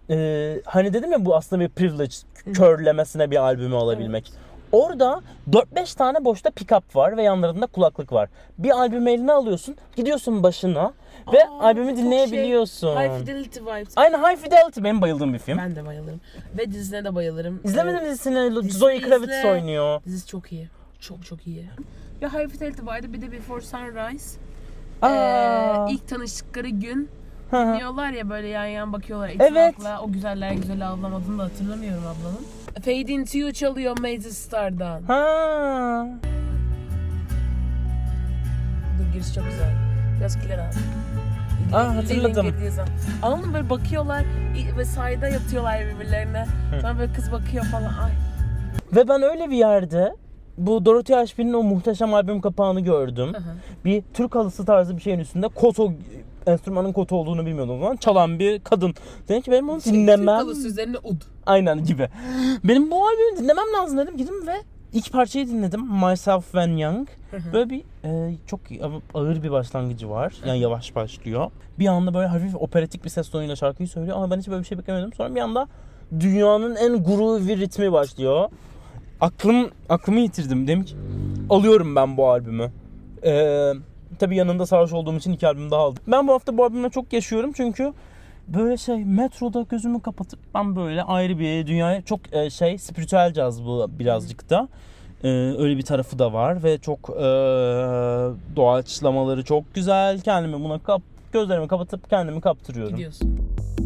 [SPEAKER 1] hani dedim ya bu aslında bir privilege, körlemesine bir albümü alabilmek. Evet. Orada 4-5 tane boşta pick-up var ve yanlarında kulaklık var. Bir albümü eline alıyorsun, gidiyorsun başına ve albümü dinleyebiliyorsun.
[SPEAKER 2] High Fidelity vibes.
[SPEAKER 1] Aynen, High Fidelity benim bayıldığım bir film.
[SPEAKER 2] Ben de bayılırım. Ve dizisine de bayılırım.
[SPEAKER 1] İzlemedim dizisini. Zoe Kravitz oynuyor.
[SPEAKER 2] Dizisi çok iyi. Çok iyi. Ya High Fidelity vardı, bir de Before Sunrise. İlk tanıştıkları gün dinliyorlar ya, böyle yan yan bakıyorlar.
[SPEAKER 1] Evet.
[SPEAKER 2] O güzeller güzeli avlamadığını da hatırlamıyorum ablanın. Fade Into You çalıyor Mazes Star'dan. Dur, giriş çok güzel. Biraz kiler abi.
[SPEAKER 1] Hatırladım.
[SPEAKER 2] Anladın, böyle bakıyorlar ve sahilde yatıyorlar birbirlerine. Sonra böyle kız bakıyor falan. Ay.
[SPEAKER 1] Ve ben öyle bir yerde bu Dorothy Ashby'nin o muhteşem albüm kapağını gördüm. Bir Türk halısı tarzı bir şeyin üstünde koto, enstrümanın koto olduğunu bilmiyordum o zaman. Çalan bir kadın. Dedim ki benim onu dinlemem.
[SPEAKER 2] Türk halısı üzerinde ud.
[SPEAKER 1] Aynen gibi. Benim bu albümü dinlemem lazım dedim. Gittim ve ilk parçayı dinledim. Myself When Young. Böyle bir çok ağır bir başlangıcı var. Yani yavaş başlıyor. Bir anda böyle hafif operatik bir ses tonuyla şarkıyı söylüyor. Ama ben hiç böyle bir şey beklemedim. Sonra bir anda dünyanın en groovy ritmi başlıyor. Aklımı yitirdim. Dedim ki alıyorum ben bu albümü. Tabii yanında sarhoş olduğum için 2 albüm daha aldım. Ben bu hafta bu albümle çok yaşıyorum çünkü böyle metroda gözümü kapatıp ben böyle ayrı bir dünyaya çok spiritüel caz bu birazcık da. Öyle bir tarafı da var ve çok doğaçlamaları çok güzel. Kendimi buna gözlerimi kapatıp kendimi kaptırıyorum.
[SPEAKER 2] Gidiyorsun.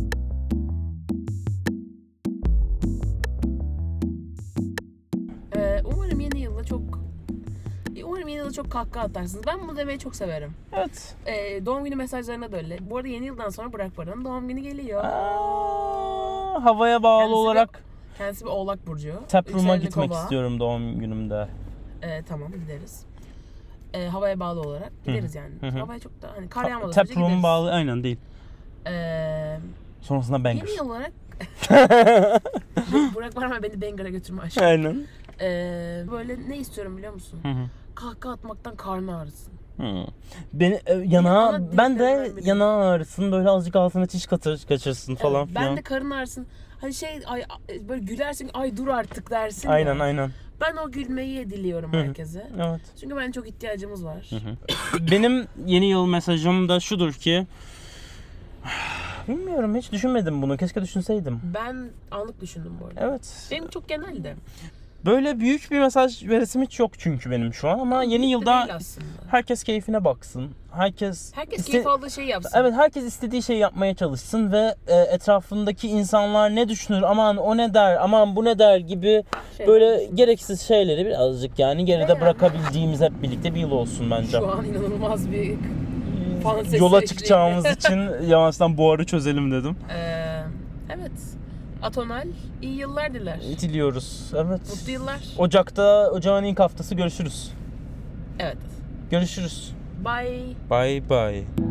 [SPEAKER 2] Umarım yeni yılda çok kahkaha atarsınız. Ben bunu demeyi çok severim.
[SPEAKER 1] Evet.
[SPEAKER 2] Doğum günü mesajlarına da öyle. Bu arada yeni yıldan sonra Burak Baran'ın doğum günü geliyor.
[SPEAKER 1] Havaya bağlı olarak.
[SPEAKER 2] Kendisi bir Oğlak burcu.
[SPEAKER 1] Taproom'a gitmek istiyorum doğum günümde.
[SPEAKER 2] Tamam, gideriz. Havaya bağlı olarak gideriz yani. Havaya çok da hani kar yağmadan önce gideriz.
[SPEAKER 1] Taproom bağlı aynen değil. Sonrasında Banger.
[SPEAKER 2] Yeni yıl olarak Burak Baran beni Banger'a götürme aşkım.
[SPEAKER 1] Aynen.
[SPEAKER 2] Böyle ne istiyorum biliyor musun? Kahkaha atmaktan karnı ağrısın.
[SPEAKER 1] Ben de yanağı ağrısın, böyle azıcık ağzına çiş kaçırsın falan filan.
[SPEAKER 2] Ben de karın ağrısın. Hani böyle gülersin, ay dur artık dersin.
[SPEAKER 1] Aynen.
[SPEAKER 2] Ben o gülmeyi diliyorum herkese.
[SPEAKER 1] Evet.
[SPEAKER 2] Çünkü bence çok ihtiyacımız var.
[SPEAKER 1] Benim yeni yıl mesajım da şudur ki bilmiyorum, hiç düşünmedim bunu. Keşke düşünseydim.
[SPEAKER 2] Ben anlık düşündüm bu arada.
[SPEAKER 1] Evet.
[SPEAKER 2] Benim çok geneldi.
[SPEAKER 1] Böyle büyük bir mesaj veresim hiç yok çünkü benim şu an, ama yeni yılda herkes keyfine baksın. Herkes
[SPEAKER 2] keyif aldığı şeyi yapsın.
[SPEAKER 1] Evet, herkes istediği şeyi yapmaya çalışsın ve etrafındaki insanlar ne düşünür, aman o ne der, aman bu ne der gibi böyle gereksiz şeyleri birazcık yani geride bırakabildiğimiz hep birlikte bir yıl olsun bence.
[SPEAKER 2] Şu an inanılmaz bir fan sesi.
[SPEAKER 1] Yola çıkacağımız için yavaştan buharı çözelim dedim.
[SPEAKER 2] Evet. Atonal iyi yıllar diler.
[SPEAKER 1] Diliyoruz. Evet.
[SPEAKER 2] Mutlu yıllar.
[SPEAKER 1] Ocağın ilk haftası görüşürüz.
[SPEAKER 2] Evet.
[SPEAKER 1] Görüşürüz.
[SPEAKER 2] Bye.
[SPEAKER 1] Bye bye.